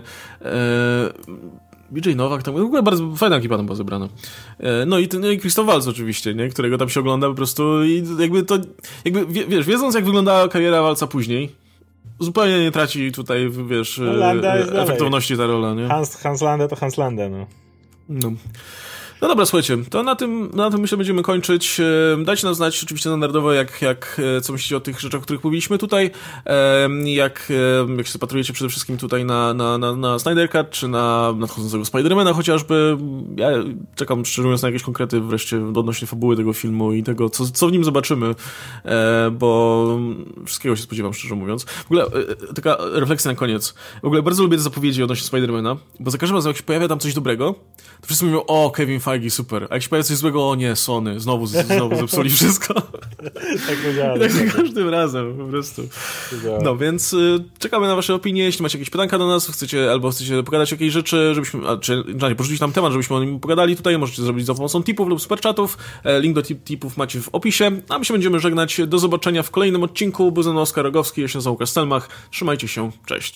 BJ Novak, tam w ogóle bardzo fajna ekipa tam była zebrana. No i Christoph Waltz oczywiście, nie? Którego tam się ogląda po prostu i wiesz, wiedząc jak wyglądała kariera Waltza później, zupełnie nie traci tutaj, wiesz, efektywności ta rola, nie? Hans Landa to Hans Landa, no. No dobra, słuchajcie, to na tym myślę będziemy kończyć. Dajcie nam znać oczywiście standardowo, co myślicie o tych rzeczach, o których mówiliśmy tutaj. Jak się zapatrujecie przede wszystkim tutaj na Snyder Cut, czy na nadchodzącego Spidermana chociażby. Ja czekam, szczerze mówiąc, na jakieś konkrety wreszcie odnośnie fabuły tego filmu i tego, co w nim zobaczymy, bo wszystkiego się spodziewam, szczerze mówiąc. W ogóle taka refleksja na koniec. W ogóle bardzo lubię te zapowiedzi odnośnie Spidermana, bo za każdym razem, jak się pojawia tam coś dobrego, to wszyscy mówią, o, Kevin Feige, super. A jak się pojawia coś złego, o nie, Sony, znowu zepsuli wszystko. Tak powiedziałem. Tak za każdym razem, po prostu. No, więc czekamy na wasze opinie, jeśli macie jakieś pytanka do nas, chcecie pogadać o jakiejś rzeczy, żebyśmy, porzucić nam temat, żebyśmy o nim pogadali tutaj, możecie zrobić za pomocą tipów lub superchatów. Link do tipów macie w opisie, a my się będziemy żegnać. Do zobaczenia w kolejnym odcinku. Był ze mną Oskar Rogowski, ja się nazywam Łukasz Stelmach. Trzymajcie się, cześć.